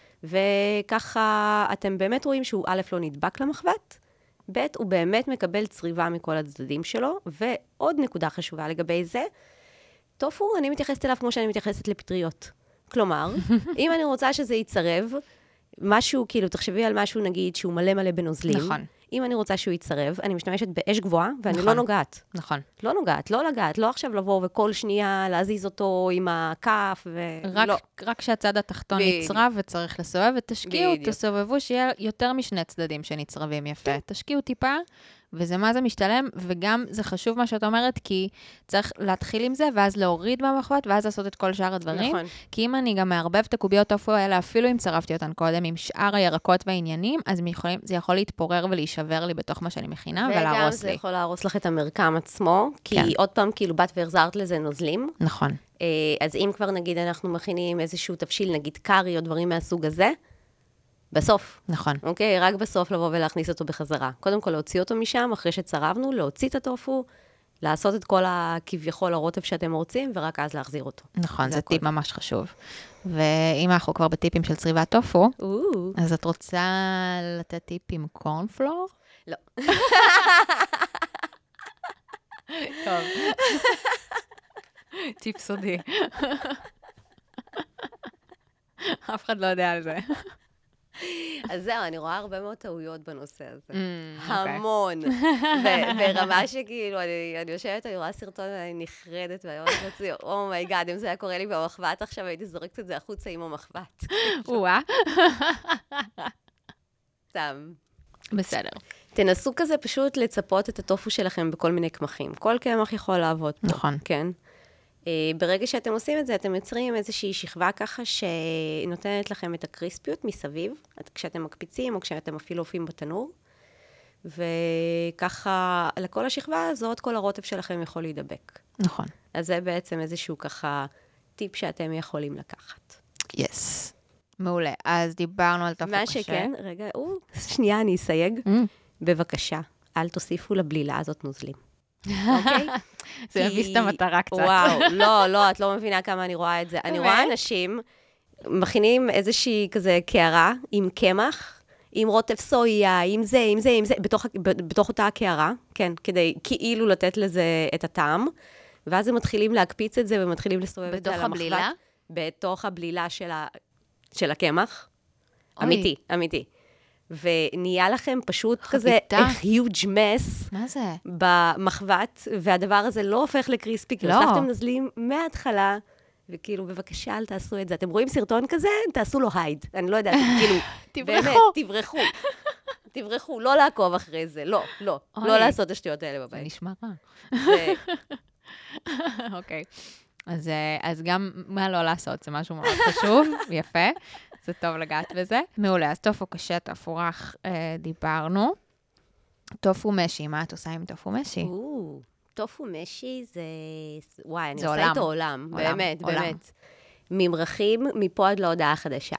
וככה אתם באמת רואים שהוא א' לא נדבק למחבת, ב' הוא באמת מקבל צריבה מכל הצדדים שלו, ועוד נקודה חשובה לגבי זה, טופו, אני מתייחסת אליו כמו שאני מתייחסת לפטריות. כלומר, אם אני רוצה שזה יצרב, משהו, כאילו, תחשבי על משהו, נגיד, שהוא מלא בנוזלים. נכון. אם אני רוצה שהוא יצרב, אני משתמשת באש גבוהה, ואני נכון. לא נוגעת. נכון. לא נוגעת, לא לגעת, לא עכשיו לבוא וכל שנייה להזיז אותו עם הכף, ולא. רק שהצד התחתון נצרב וצריך לסובב, ותשקיעו, תסובבו שיהיה יותר משני צדדים שנצרבים יפה. תשקיעו טיפה, וזה מה זה משתלם, וגם זה חשוב מה שאת אומרת, כי צריך להתחיל עם זה, ואז להוריד במחבת, ואז לעשות את כל שאר הדברים. נכון. כי אם אני גם מערבב את הקוביות טופו האלה, אפילו אם צרפתי אותן קודם, עם שאר הירקות והעניינים, אז זה יכול להתפורר ולהישבר לי בתוך מה שאני מכינה, ולהרוס לי. וגם זה יכול להרוס לך את המרקם עצמו, כי עוד פעם, כאילו, באת והחזרת לזה נוזלים. נכון. אז אם כבר נגיד אנחנו מכינים איזשהו תבשיל, נגיד קרי או דברים מהסוג הזה, בסוף. נכון. אוקיי? רק בסוף לבוא ולהכניס אותו בחזרה. קודם כל להוציא אותו משם, אחרי שצרבנו, להוציא את הטופו, לעשות את כל כביכול הרוטב שאתם רוצים, ורק אז להחזיר אותו. נכון, זה טיפ ממש חשוב. ואם אנחנו כבר בטיפים של צריבת טופו, אז את רוצה לתת טיפ עם קורנפלור? לא. טוב. טיפ סודי. אף אחד לא יודע על זה. אז זהו, אני רואה הרבה מאוד טעויות בנושא הזה. אוקיי. המון. ברמה שכאילו, אני יושבת, אני רואה סרטון, ואני נחרדת, ואני אומרת לעצמי, אומייגאד, אם זה היה קורה לי במחבת עכשיו, הייתי זורקת את זה החוצה עם המחבת. וואה. סתם. בסדר. תנסו כזה פשוט לצפות את הטופו שלכם בכל מיני קמחים. כל קמח יכול לעבוד פה. נכון. כן. ברגע שאתם עושים את זה, אתם יוצרים איזושהי שכבה ככה שנותנת לכם את הקריספיות מסביב, כשאתם מקפיצים או כשאתם אפילו עופים בתנור, וככה לכל השכבה הזאת, כל הרוטב שלכם יכול להידבק. נכון. אז זה בעצם איזשהו ככה טיפ שאתם יכולים לקחת. יס. מעולה. אז דיברנו על טופו קשה. מה שכן, רגע, שנייה, אני אסייג. בבקשה, אל תוסיפו לבלילה הזאת נוזלים. אוקיי? זה מביס את המטרה קצת. וואו, לא, את לא מבינה כמה אני רואה את זה. אני רואה אנשים מכינים איזושהי כזה קערה עם קמח, עם רוטב סויה, עם זה, בתוך אותה הקערה, כן, כדי כאילו לתת לזה את הטעם, ואז הם מתחילים להקפיץ את זה, ומתחילים לסובב את זה על המחבת. בתוך הבלילה? בתוך הבלילה של הקמח. אמיתי. ונהיה לכם פשוט כזה huge mess. מה זה? במחבת, והדבר הזה לא הופך לקריספי, כי הוספתם נוזלים מההתחלה, וכאילו, בבקשה, אל תעשו את זה. אתם רואים סרטון כזה? תעשו לו הייד. אני לא יודעת, כאילו, באמת, תברחו, לא לעקוב אחרי זה, לא לעשות את השטויות האלה בבית. זה נשמע רע. אוקיי. אז גם מה לא לעשות, זה משהו מאוד חשוב, יפה. זה טוב לגעת בזה. מעולה, אז טופו קשה, טופו רך, דיברנו. טופו משי, מה את עושה עם טופו משי? טופו משי זה... וואי, אני עושה איתו עולם. באמת. ממרחים, מפה עד להודעה חדשה.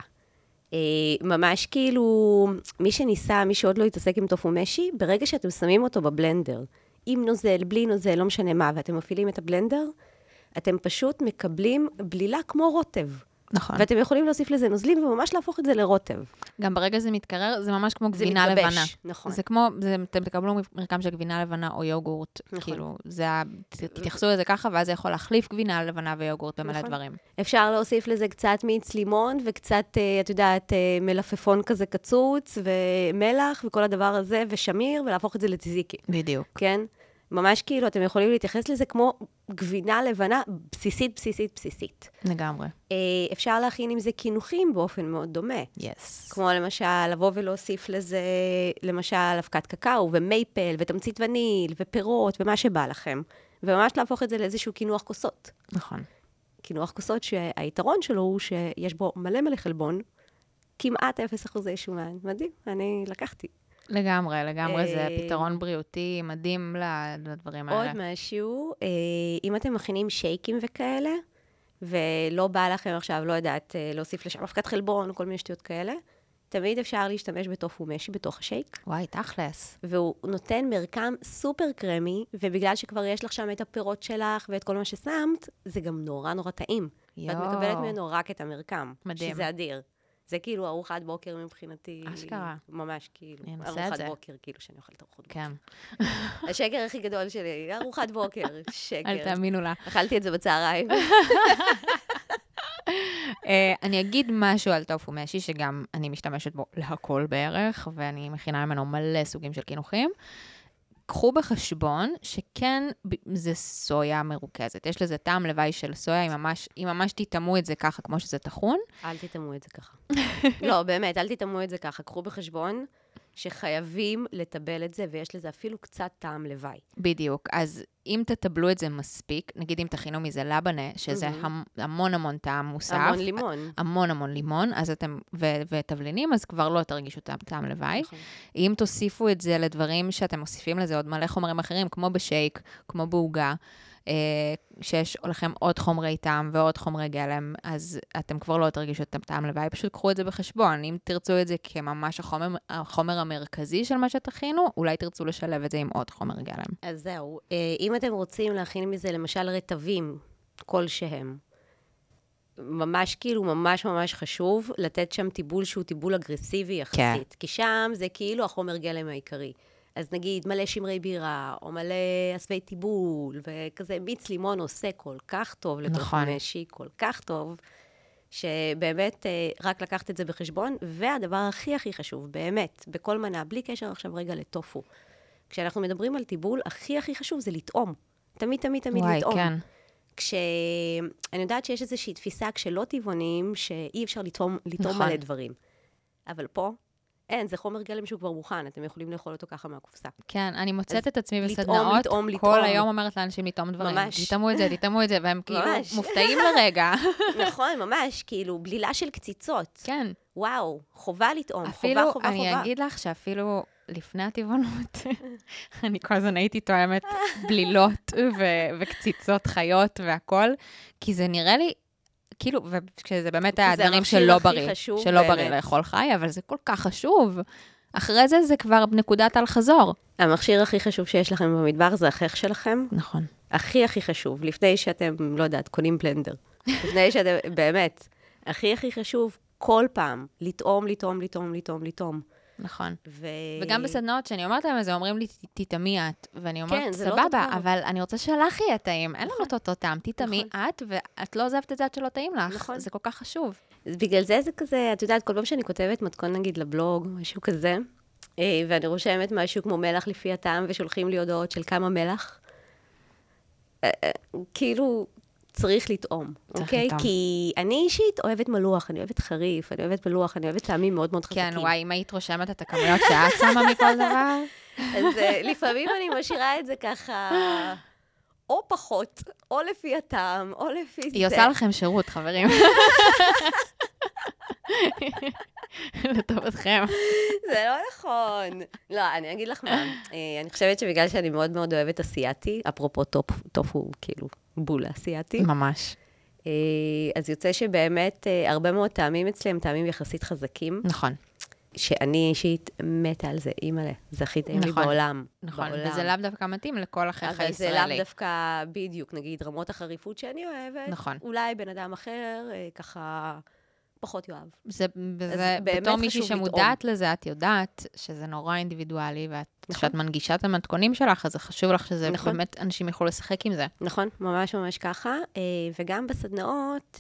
ממש כאילו, מי שעוד לא יתעסק עם טופו משי, ברגע שאתם שמים אותו בבלנדר, עם נוזל, בלי נוזל, לא משנה מה, ואתם מפעילים את הבלנדר, אתם פשוט מקבלים בלילה כמו רוטב. נכון. ואתם יכולים להוסיף לזה נוזלים וממש להפוך את זה לרוטב. גם ברגע זה מתקרר, זה ממש כמו גבינה לבנה. זה מתגבש, נכון. זה כמו, אתם תקבלו מרקם של גבינה לבנה או יוגורט, נכון. כאילו, תתייחסו לזה ככה, ואז זה יכול להחליף גבינה לבנה ויוגורט במלא נכון. דברים. אפשר להוסיף לזה קצת מיץ לימון, וקצת, את יודעת, מלפפון כזה קצוץ, ומלח, וכל הדבר הזה, ושמיר, ולהפוך את זה לצזיקי. בדיוק. כן? ממש כאילו, אתם יכולים להתייחס לזה כמו גבינה לבנה בסיסית. לגמרי. אפשר להכין עם זה קינוחים באופן מאוד דומה. Yes. כמו למשל, לבוא ולהוסיף לזה, למשל, אבקת קקאו ומייפל ותמצית וניל ופירות ומה שבא לכם. וממש להפוך את זה לאיזשהו קינוח כוסות. נכון. קינוח כוסות שהיתרון שלו הוא שיש בו מלא חלבון, כמעט 0% שומן. מדהים, אני לקחתי. לגמרי, זה פתרון בריאותי מדהים לדברים האלה. עוד משהו, אם אתם מכינים שייקים וכאלה, ולא בא לכם עכשיו, לא יודעת, להוסיף לשם אבקת חלבון, או כל מיני שטויות כאלה, תמיד אפשר להשתמש בטופו משי בתוך השייק. וואי, תכלס. והוא נותן מרקם סופר קרמי, ובגלל שכבר יש לך שם את הפירות שלך ואת כל מה ששמת, זה גם נורא טעים. ואת מקבלת ממנו רק את המרקם. מדהים. שזה אדיר. זה כאילו ארוחת בוקר מבחינתי. אשכרה. ממש כאילו. ארוחת בוקר, כאילו שאני אוכלת ארוחת בוקר. כן. השקר הכי גדול שלי, ארוחת בוקר, שקר. אל תאמינו לה. אכלתי את זה בצהריים. אני אגיד משהו על טופו משי, שגם אני משתמשת בו להכל בערך, ואני מכינה ממנו מלא סוגים של קינוחים. קחו בחשבון שכן זה סויה מרוכזת. יש לזה טעם לוואי של סויה, אם ממש תתאמו את זה ככה, כמו שזה תחון. אל תתאמו את זה ככה. לא, באמת, אל תתאמו את זה ככה. קחו בחשבון שחייבים לטבל את זה, ויש לזה אפילו קצת טעם לוואי. בדיוק. אז אם תטבלו את זה מספיק, נגיד אם תכינו מזה לבנה, שזה המון טעם מוסף. המון לימון, אז אתם, ותבלינים, אז כבר לא תרגישו טעם לוואי. אם תוסיפו את זה לדברים שאתם מוסיפים לזה עוד מלא חומרים אחרים, כמו בשייק, כמו בעוגה, שיש לכם עוד חומרי טעם ועוד חומרי גלם, אז אתם כבר לא תרגישו את הטעם לוואי, פשוט קחו את זה בחשבון. אם תרצו את זה כממש החומר המרכזי של מה שתכינו, אולי תרצו לשלב את זה עם עוד חומר גלם. אז זהו, אם אתם רוצים להכין מזה למשל רטבים כלשהם, ממש כאילו ממש חשוב לתת שם טיבול שהוא טיבול אגרסיבי יחסית, כן. כי שם זה כאילו החומר גלם העיקרי. אז נגיד מלא שמרי בירה, או מלא אסווי טיבול, וכזה מיץ לימון עושה כל כך טוב לתוך משי, כל כך טוב, שבאמת רק לקחת את זה בחשבון, והדבר הכי הכי חשוב, באמת, בכל מנה, בלי קשר עכשיו רגע לטופו. כשאנחנו מדברים על טיבול, הכי הכי חשוב זה לטעום. תמיד, תמיד, תמיד לטעום. כן. אני יודעת שיש איזושהי תפיסה כשלא טבעונים, שאי אפשר לטעום מלא דברים. אבל פה, אין, זה חומר גלם שהוא כבר מוכן, אתם יכולים לאכול אותו ככה מהקופסה. כן, אני מוצאת את עצמי בסדנאות, כל היום אומרת לאנשים לטעום דברים. ממש. תטעמו את זה, והם כאילו מופתעים לרגע. נכון, ממש, כאילו, בלילה של קציצות. כן. וואו, חובה לטעום, חובה. אני אגיד לך שאפילו לפני הטבעונות, אני כל הזמן הייתי טועמת בלילות וקציצות חיות והכל, כי זה נראה לי, כאילו, וכשזה באמת היה דברים שלא בריא לאכול חי, אבל זה כל כך חשוב. אחרי זה זה כבר נקודת על חזור. המכשיר הכי חשוב שיש לכם במדבר זה החייך שלכם. נכון. הכי הכי חשוב, לפני שאתם, לא יודעת, קונים בלנדר. לפני שאתם, באמת, הכי הכי חשוב, כל פעם, לטעום. נכון. וגם בסדנאות, שאני אומרת להם, אז הם אומרים לי, תטעמי את. ואני אומרת, סבבה, אבל אני רוצה שלך יהיה טעים. אין לנו אותו טעם, תטעמי את, ואת לא עוזבת את זה עד שלא טעים לך. זה כל כך חשוב. בגלל זה זה כזה, את יודעת, כל פעם שאני כותבת מתכון, נגיד, לבלוג, משהו כזה, ואני רושמת משהו כמו מלח לפי הטעם, ושולחים לי הודעות של כמה מלח, כאילו, צריך לטעום, אוקיי? כי אני אישית אוהבת מלוח, אני אוהבת חריף, אני אוהבת מלוח, אני אוהבת טעמים מאוד מאוד חזקים. כן, וואי, אם היית רושמת את הכמויות שאת שמה מכל דבר? אז לפעמים אני משאירה את זה ככה, או פחות, או לפי הטעם, או לפי זה. היא עושה לכם שירות, חברים. לטובתכם. זה לא נכון. לא, אני אגיד לך מה. אני חושבת שבגלל שאני מאוד מאוד אוהבת אסיאתי, אפרופו טופו, כאילו, בול אסיאתי. ממש. אז יוצא שבאמת הרבה מאוד טעמים אצלם, טעמים יחסית חזקים. נכון. שאני אישית מתה על זה, אימא'לה. זה הכי טעים לי בעולם. נכון, וזה לאו דווקא מתאים לכל החייך הישראלי. אבל זה לאו דווקא בדיוק, נגיד, רמות החריפות שאני אוהבת. נכון. אולי בן אדם אחר, ככה, פחות יאהב. זה בתור מישהי שמודעת לזה, את יודעת שזה נורא אינדיבידואלי, וכשאת מנגישה את המתכונים שלך, אז זה חשוב לך שזה באמת אנשים יוכלו לשחק עם זה. נכון, ממש ממש ככה. וגם בסדנאות,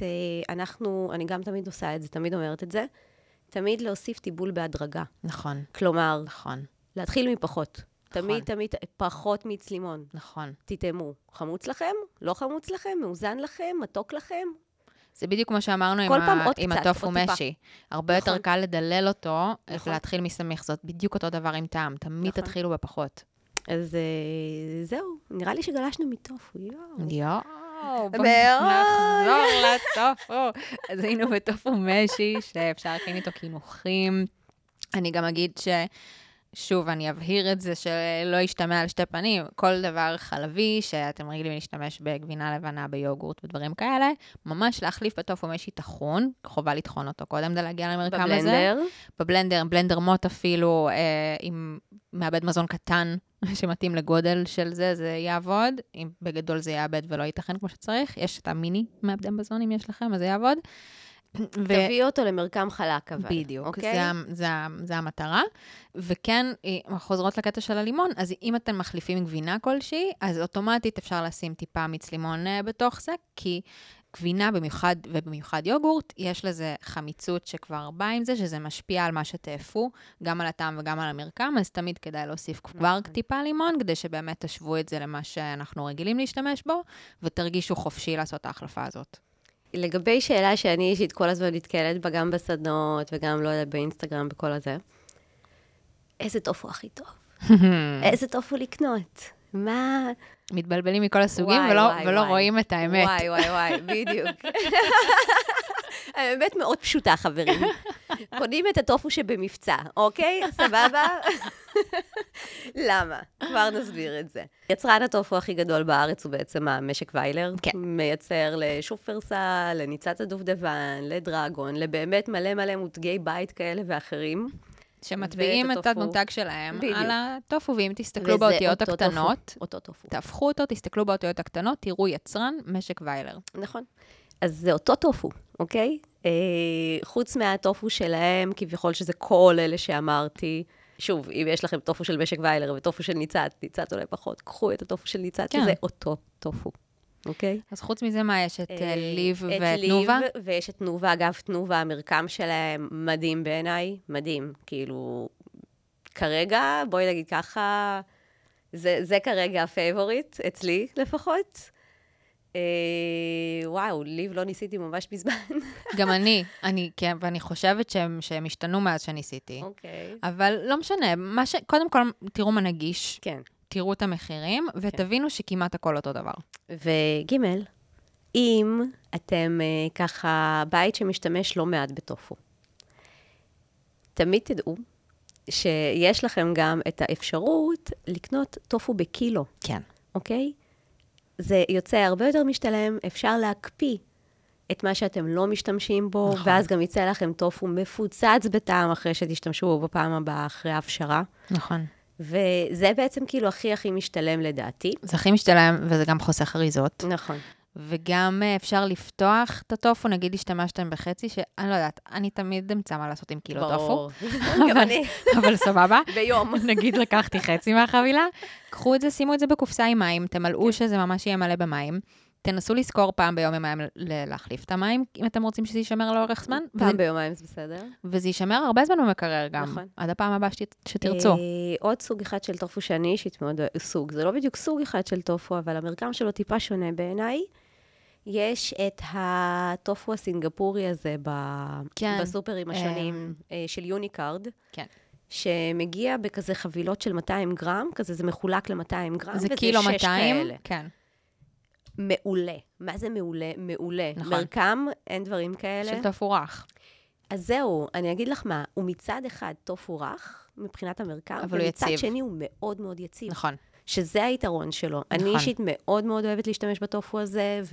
אני גם תמיד עושה את זה, תמיד אומרת את זה, תמיד להוסיף טיבול בהדרגה. נכון. כלומר, נכון. להתחיל מפחות. תמיד, תמיד, פחות מצלימון. נכון. תטעמו. חמוץ לכם? לא חמוץ לכם? מאוזן לכם? מתוק לכם? זה בדיוק כמו שאמרנו עם הטופו משי. הרבה יותר קל לדלל אותו, להתחיל מסמיך. זאת בדיוק אותו דבר עם טעם. תמיד תתחילו בפחות. אז זהו, נראה לי שגלשנו מטופו. בואו נחזור לטופו. אז היינו בטופו משי, שאפשר להכין איתו קינוחים. אני גם אגיד שוב, אני אבהיר את זה שלא ישתמע על שתי פנים. כל דבר חלבי, שאתם רגילים להשתמש בגבינה לבנה, ביוגורט ודברים כאלה, ממש להחליף בטופו משי טחון, חובה לטחון אותו קודם כדי להגיע למרקם הזה. בבלנדר? בבלנדר מוט אפילו, עם מעבד מזון קטן, שמתאים לגודל של זה, זה יעבוד. אם בגדול זה יעבד ולא ייתכן כמו שצריך. יש את המיני מעבדי מזון, אם יש לכם, אז זה יעבוד. תביאו אותו למרקם חלק, אבל. בדיוק, זה המטרה. וכן, חוזרות לקטע של הלימון, אז אם אתם מחליפים גבינה כלשהי, אז אוטומטית אפשר לשים טיפה מיץ לימון בתוך זה, כי גבינה במיוחד, ובמיוחד יוגורט, יש לזה חמיצות שכבר בא עם זה, שזה משפיע על מה שתאפו, גם על הטעם וגם על המרקם, אז תמיד כדאי להוסיף כבר טיפה לימון, כדי שבאמת תשוו את זה למה שאנחנו רגילים להשתמש בו, ותרגישו חופשי לעשות ההחלפה הזאת. לגבי שאלה שאני אישית כל הזמן נתקלת בה, גם בסדנות וגם לא יודעת באינסטגרם בכל הזה, איזה טופו הכי טוב? איזה טופו לקנות? מה? מתבלבלים מכל הסוגים ולא רואים את האמת. וואי, בדיוק. האמת מאוד פשוטה, חברים. קונים את הטופו שבמבצע, אוקיי? סבבה? למה? כבר נסביר את זה. יצרן הטופו הכי גדול בארץ הוא בעצם המשק ויילר. כן. מייצר לשופרסל, לניצת הדובדבן, לדרגון, לבאמת מלא מלא מותגי בית כאלה ואחרים. שמטביעים את המותג שלהם על הטופו, ואם תסתכלו באותיות הקטנות, תהפכו אותו, תסתכלו באותיות הקטנות, תראו יצרן משק ויילר. נכון. אז זה אותו טופו, אוקיי? חוץ מהטופו שלהם, כביכול שזה כל אלה שאמרתי, שוב, אם יש לכם טופו של משק ויילר וטופו של ניצת אולי פחות, קחו את הטופו של ניצת, שזה אותו טופו. אוקיי? אז חוץ מזה, מה יש? את ליב את ותנובה? ליב, ויש את תנובה, אגב, תנובה, המרקם שלהם מדהים בעיניי, מדהים. כאילו, כרגע, בואי נגיד ככה, זה כרגע הפייבוריט, אצלי לפחות. וואו, ליב לא ניסיתי ממש מזמן. גם כן, ואני חושבת שהם השתנו מאז שניסיתי. אוקיי. אבל לא משנה, קודם כל, תראו מה נגיש, כן. תראו את המחירים, ותבינו שכמעט הכל אותו דבר. וגימל, אם אתם ככה בית שמשתמש לא מעט בטופו, תמיד תדעו שיש לכם גם את האפשרות לקנות טופו בקילו. כן. אוקיי? זה יוצא הרבה יותר משתלם, אפשר להקפיא את מה שאתם לא משתמשים בו, נכון. ואז גם יצא לכם טופו מפוצץ בטעם אחרי שתשתמשו בו בפעם הבאה אחרי ההפשרה. נכון. וזה בעצם כאילו הכי משתלם לדעתי. זה הכי משתלם, וזה גם חוסך אריזות. נכון. וגם אפשר לפתוח את הטופו, נגיד השתמשתם בחצי, שאני לא יודעת, אני תמיד אמצא מה לעשות עם קילו טופו. ברור. גם אני. אבל סבבה. ביום. נגיד לקחתי חצי מהחבילה, קחו את זה, שימו את זה בקופסה עם מים, תמלאו שזה ממש יהיה מלא במים, תנסו לזכור פעם ביומיים להחליף את המים, אם אתם רוצים שזה יישמר לאורך זמן. פעם ביומיים זה בסדר. וזה יישמר הרבה זמן במקרר גם, נכון. עד הפעם הבאה שתרצו. עוד סוג אחד של טופו שאני אישית מאוד סוג, זה לא בדיוק סוג אחד של טופו, אבל המרקם שלו טיפה שונה בעיניי. יש את הטופו הסינגפורי הזה בסופרים השונים של יוניקארד. כן. שמגיע בכזה חבילות של 200 גרם, כזה זה מחולק ל-200 גרם, זה וזה קילו 6 200, כאלה. כן. מעולה. מה זה מעולה? מעולה. נכון. מרקם, אין דברים כאלה. של טופו רך. אז זהו, אני אגיד לך מה, הוא מצד אחד טופו רך, מבחינת המרקם, אבל הוא יציב. ומצד שני הוא מאוד מאוד יציב. נכון. שזה היתרון שלו. נכון. אני אישית מאוד מאוד אוהבת להשתמש בטופו הזה,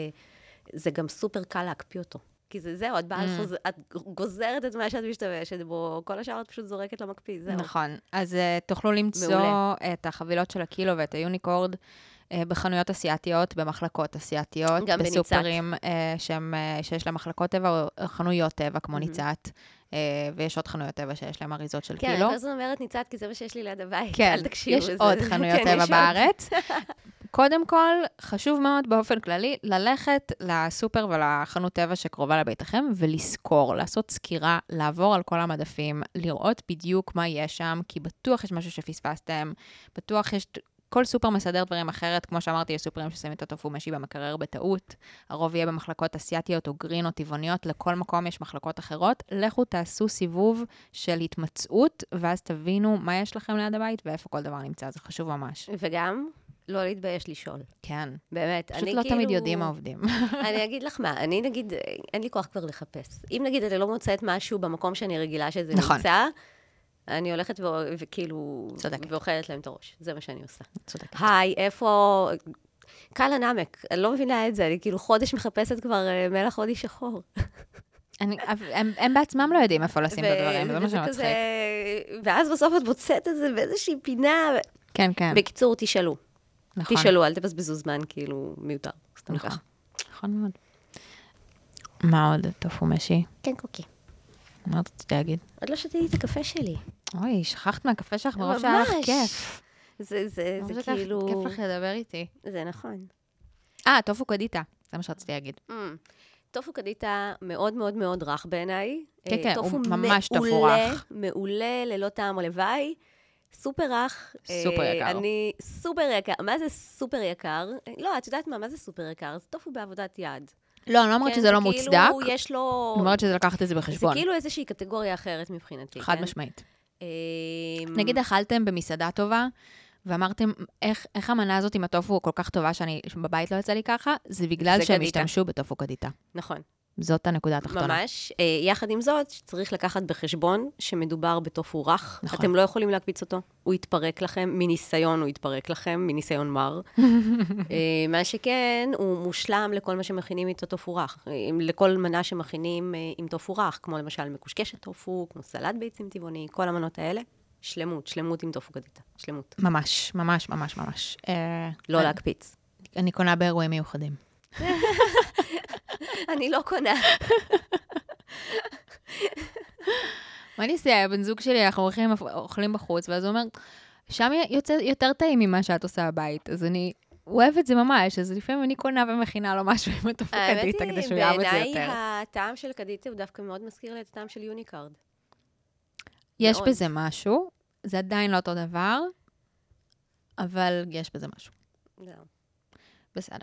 וזה גם סופר קל להקפיא אותו. כי זהו, את גוזרת את מה שאת משתמשת בו, כל השאר את פשוט זורקת למקפיא, זהו. נכון. אז תוכלו למצוא את החבילות של הקילו ואת היוניקורד בחנויות אסיאתיות, במחלקות אסיאתיות, גם בניצת. בסופרים שיש להם מחלקות טבע או חנויות טבע כמו ניצת, ויש עוד חנויות טבע שיש להם אריזות של כן, קילו. אני כזאת אומרת ניצת, כי זה מה שיש לי ליד הבית. כן, אל תקשיבו. יש עוד חנויות טבע בארץ. קודם כל, חשוב מאוד באופן כללי, ללכת לסופר ולחנות טבע שקרובה לביתכם, ולזכור, לעשות סקירה, לעבור על כל המדפים, לראות בדיוק מה יש שם, כי בטוח יש משהו שפספסתם, בטוח יש... כל סופר מסדר דברים אחרת, כמו שאמרתי, יש סופרים ששמים את הטופו משי במקרר בטעות, הרוב יהיה במחלקות אסיאתיות או גרין או טבעוניות, לכל מקום יש מחלקות אחרות, לכו תעשו סיבוב של התמצאות, ואז תבינו מה יש לכם ליד הבית ואיפה כל דבר נמצא, זה חשוב ממש. וגם, לא להתבייש לשאול. כן. באמת, פשוט לא תמיד יודעים מה עובדים. אני אגיד לך מה, אני נגיד, אין לי כוח כבר לחפש. אם נגיד אני לא מוצאת משהו במקום שאני רגילה שזה נמצא, אני הולכת וכאילו, ואוכלת להם את הראש. זה מה שאני עושה. צודקת. היי, איפה... קל הנמק, אני לא מבינה את זה, אני כאילו חודש מחפשת כבר מלח הודי שחור. הם בעצמם לא יודעים איפה לשים את הדברים, זה מה שמצחיק. ואז בסוף את מוצאת את זה באיזושהי פינה. כן, כן. בקיצור, תשאלו. נכון. תשאלו, אל תבזבזו זמן, כאילו, מיותר. סתם נכון. ככה. נכון מאוד. מה עוד? טופו משי? כן, קוקי. מה רציתי להגיד? עוד לא שתיתי את הקפה שלי. אוי, שכחת מהקפה שלך מרוב שהיה לך כיף. זה כאילו... כיף לך לדבר איתי. זה נכון. טופו קדיטה, זה מה שרציתי להגיד. טופו קדיטה מאוד מאוד מאוד רך בעיניי. כן, הוא ממש טופו רך. מעולה, ללא טעם או לוואי. סופר רך. סופר יקר. אני סופר יקר. מה זה סופר יקר? לא, את יודעת מה זה סופר יקר? זה טופו בעבודת יד. לא, אני לא אומרת שזה לא מוצדק. כאילו יש לו... אני אומרת שזה לקחת את זה בחשבון. זה כאילו איזושהי קטגוריה אחרת מבחינתי. חד משמעית. נגיד אכלתם במסעדה טובה, ואמרתם, איך המנה הזאת עם הטופו כל כך טובה שאני בבית לא יצא לי ככה, זה בגלל שהם השתמשו בטופו קדיטה. נכון. זאת הנקודה התחתונה. ממש. יחד עם זאת, צריך לקחת בחשבון שמדובר בטופו רך. נכון. אתם לא יכולים להקפיץ אותו. הוא יתפרק לכם, מניסיון הוא יתפרק לכם, מניסיון מר. מה שכן, הוא מושלם לכל מה שמכינים איתו טופו רך. לכל מנה שמכינים עם טופו רך, כמו למשל מקושקשת טופו, כמו סלט ביצים טבעוני, כל המנות האלה. שלמות עם טופו קדיטה. שלמות. ממש, ממש, ממש, ממש. לא להקפיץ. אני קונה באירועים מיוחדים. אני לא קונה. מה אני אעשה? הבן זוג שלי, אנחנו אוכלים בחוץ, ואז הוא אומר, שם יוצא יותר טעים ממה שאת עושה בבית. אז אני, אוהב את זה ממש, אז לפעמים אני קונה ומכינה לו משהו עם הטופו קדיטה, כדי שהוא יאהב את זה יותר. בעיניי הטעם של קדיטה הוא דווקא מאוד מזכיר לי את הטעם של יוניקארד. יש מאוד. בזה משהו, זה עדיין לא אותו דבר, אבל יש בזה משהו. זהו. בסדר.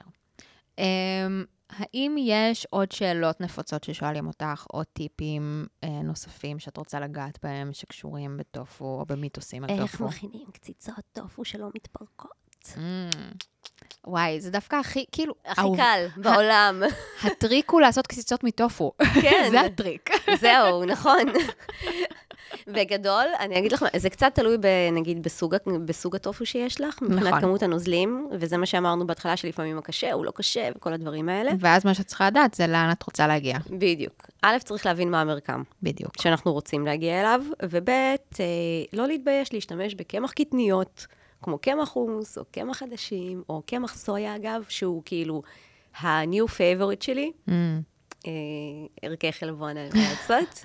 האם יש עוד שאלות נפוצות ששואלים אותך, או טיפים נוספים שאת רוצה לגעת בהם, שקשורים בטופו או במיתוסים על טופו? איך מכינים קציצות טופו שלא מתפרקות? וואי, זה דווקא הכי, כאילו... הכי קל בעולם. הטריק הוא לעשות קציצות מטופו. כן. זה הטריק. זהו, נכון. בגדול, אני אגיד לך, זה קצת תלוי, נגיד, בסוג הטופו שיש לך, מבחינת כמות הנוזלים, וזה מה שאמרנו בהתחלה, שלפעמים הקשה, הוא לא קשה, וכל הדברים האלה. ואז מה שאת צריכה לדעת, זה לאן את רוצה להגיע. בדיוק. א', צריך להבין מה המרקם. בדיוק. שאנחנו רוצים להגיע אליו, וב', לא להתבייש להשתמש בקמח קטניות, כמו קמח חומוס, או קמח חדשים, או קמח סויה, אגב, שהוא כאילו ה-new favorite שלי. ערכי חלבון על לעשות.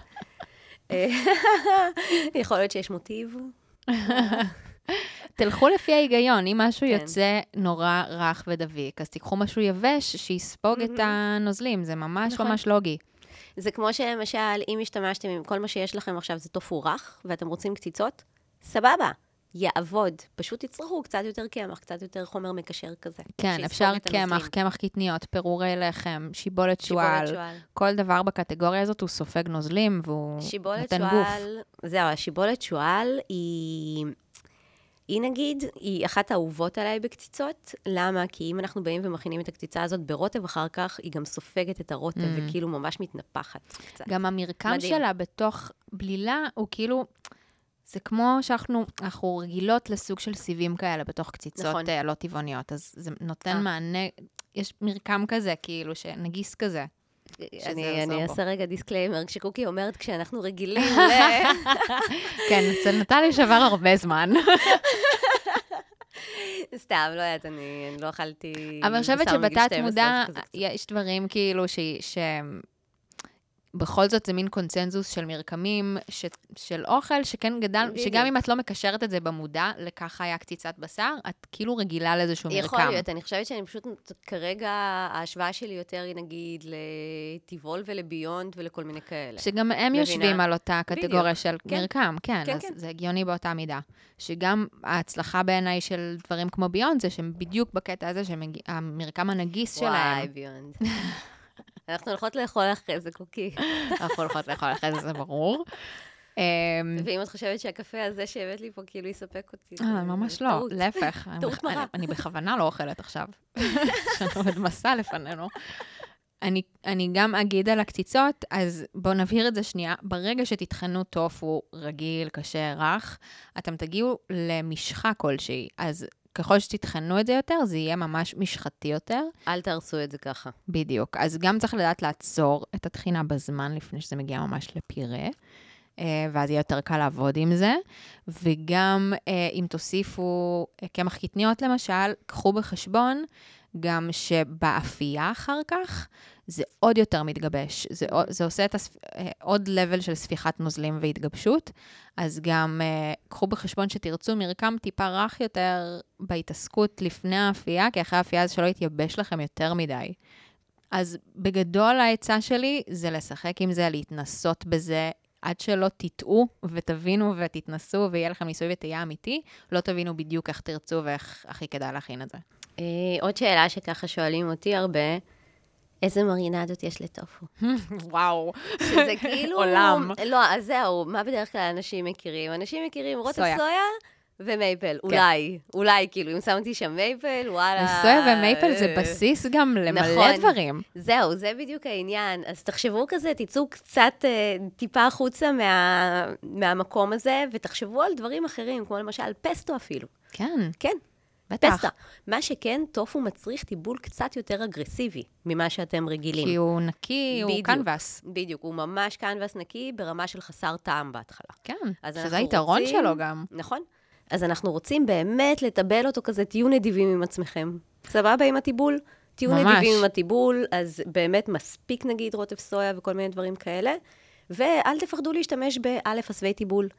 יכול להיות שיש מוטיב. תלכו לפי ההיגיון, אם משהו יוצא נורא רך ודביק, אז תיקחו משהו יבש שיספוג את הנוזלים, זה ממש ממש לוגי. זה כמו שלמשל, אם השתמשתם עם כל מה שיש לכם עכשיו, זה טופו רך, ואתם רוצים קציצות, סבבה, יעבוד. פשוט תצטרכו קצת יותר קמח, קצת יותר חומר מקשר כזה. כן, אפשר קמח קטניות, פירורי לחם, שיבולת שועל, כל דבר בקטגוריה הזאת הוא סופג נוזלים, והוא נותן גוף. זהו, השיבולת שועל היא נגיד, היא אחת האהובות עליי בקציצות. למה? כי אם אנחנו באים ומכינים את הקציצה הזאת ברוטב אחר כך, היא גם סופגת את הרוטב, וכאילו ממש מתנפחת קצת. גם המרקם שלה בתוך בלילה, הוא כאילו... זה כמו שאנחנו רגילות לסוג של סיבים כאלה בתוך קציצות לא טבעוניות, אז זה נותן מענה, יש מרקם כזה, כאילו, שנגיס כזה. אני אעשה רגע דיסקליימר, כשקוקי אומרת כשאנחנו רגילים כן, אצל נטלי שבר הרבה זמן. סתם, לא יודעת, אני לא אכלתי... אבל אני חושבת שבתת מודע, יש דברים כאילו בכל זאת זה מין קונצנזוס של מרקמים, של אוכל, שכן גדל, שגם אם את לא מקשרת את זה במודע, לכך היה קציצת בשר, את כאילו רגילה לאיזשהו מרקם. יכול להיות, אני חושבת שאני פשוט, כרגע, ההשוואה שלי יותר היא נגיד לטיבול ולביונד ולכל מיני כאלה. שגם הם יושבים על אותה קטגוריה של מרקם, כן, אז זה הגיוני באותה מידה. שגם ההצלחה בעיניי של דברים כמו ביונד, זה שהם בדיוק בקטע הזה, שהמרקם הנגיס שלהם. וואי, ביונד. אנחנו הולכות לאכול אחרי זה, קוקי. אנחנו הולכות לאכול אחרי זה, זה ברור. ואם את חושבת שהקפה הזה שהבאת לי פה כאילו יספק אותי. ממש לא, להפך. טעות מרה. אני בכוונה לא אוכלת עכשיו. יש לנו עוד מסע לפנינו. אני גם אגיד על הקציצות, אז בואו נבהיר את זה שנייה. ברגע שתטחנו טופו רגיל, קשה, רך, אתם תגיעו למשחה כלשהי. אז ככל שתטחנו את זה יותר, זה יהיה ממש משחתי יותר. אל תרסו את זה ככה. בדיוק. אז גם צריך לדעת לעצור את התחינה בזמן, לפני שזה מגיע ממש לפירה, ואז יהיה יותר קל לעבוד עם זה. וגם אם תוסיפו קמח קטניות למשל, קחו בחשבון גם שבאפייה אחר כך, זה עוד יותר מתגבש. זה עושה עוד לבל של ספיחת נוזלים והתגבשות, אז גם קחו בחשבון שתרצו מרקם טיפה רך יותר בהתעסקות לפני האפייה, כי אחרי האפייה זה שלא יתייבש לכם יותר מדי. אז בגדול העצה שלי זה לשחק עם זה, להתנסות בזה, עד שלא תטעו ותבינו ותתנסו ויהיה לכם ניסוי וטעייה אמיתי, לא תבינו בדיוק איך תרצו ואיך הכי כדאי להכין את זה. עוד שאלה שככה שואלים אותי הרבה, איזה מרינדות יש לטופו? וואו. שזה כאילו... עולם. לא, אז זהו, מה בדרך כלל אנשים מכירים? אנשים מכירים רוטב סויה ומייפל, אולי, כאילו, אם שמתי שם מייפל, וואלה... סויה ומייפל זה בסיס גם למלא דברים. זהו, זה בדיוק העניין. אז תחשבו כזה, תצאו קצת טיפה החוצה מהמקום הזה, ותחשבו על דברים אחרים, כמו למשל פסטו אפילו. כן. כן. בטח. פסטה. מה שכן, טופו מצריך טיבול קצת יותר אגרסיבי ממה שאתם רגילים. כי הוא נקי, הוא קנבס. בדיוק, הוא ממש קנבס נקי ברמה של חסר טעם בהתחלה. כן, שזה היתרון שלו גם. נכון. אז אנחנו רוצים באמת לטבל אותו כזה, תהיו נדיבים עם עצמכם. סבבה עם הטיבול? תהיו נדיבים עם הטיבול, אז באמת מספיק נגיד רוטב סויה וכל מיני דברים כאלה, ואל תפחדו להשתמש באלף עשבי טיבול.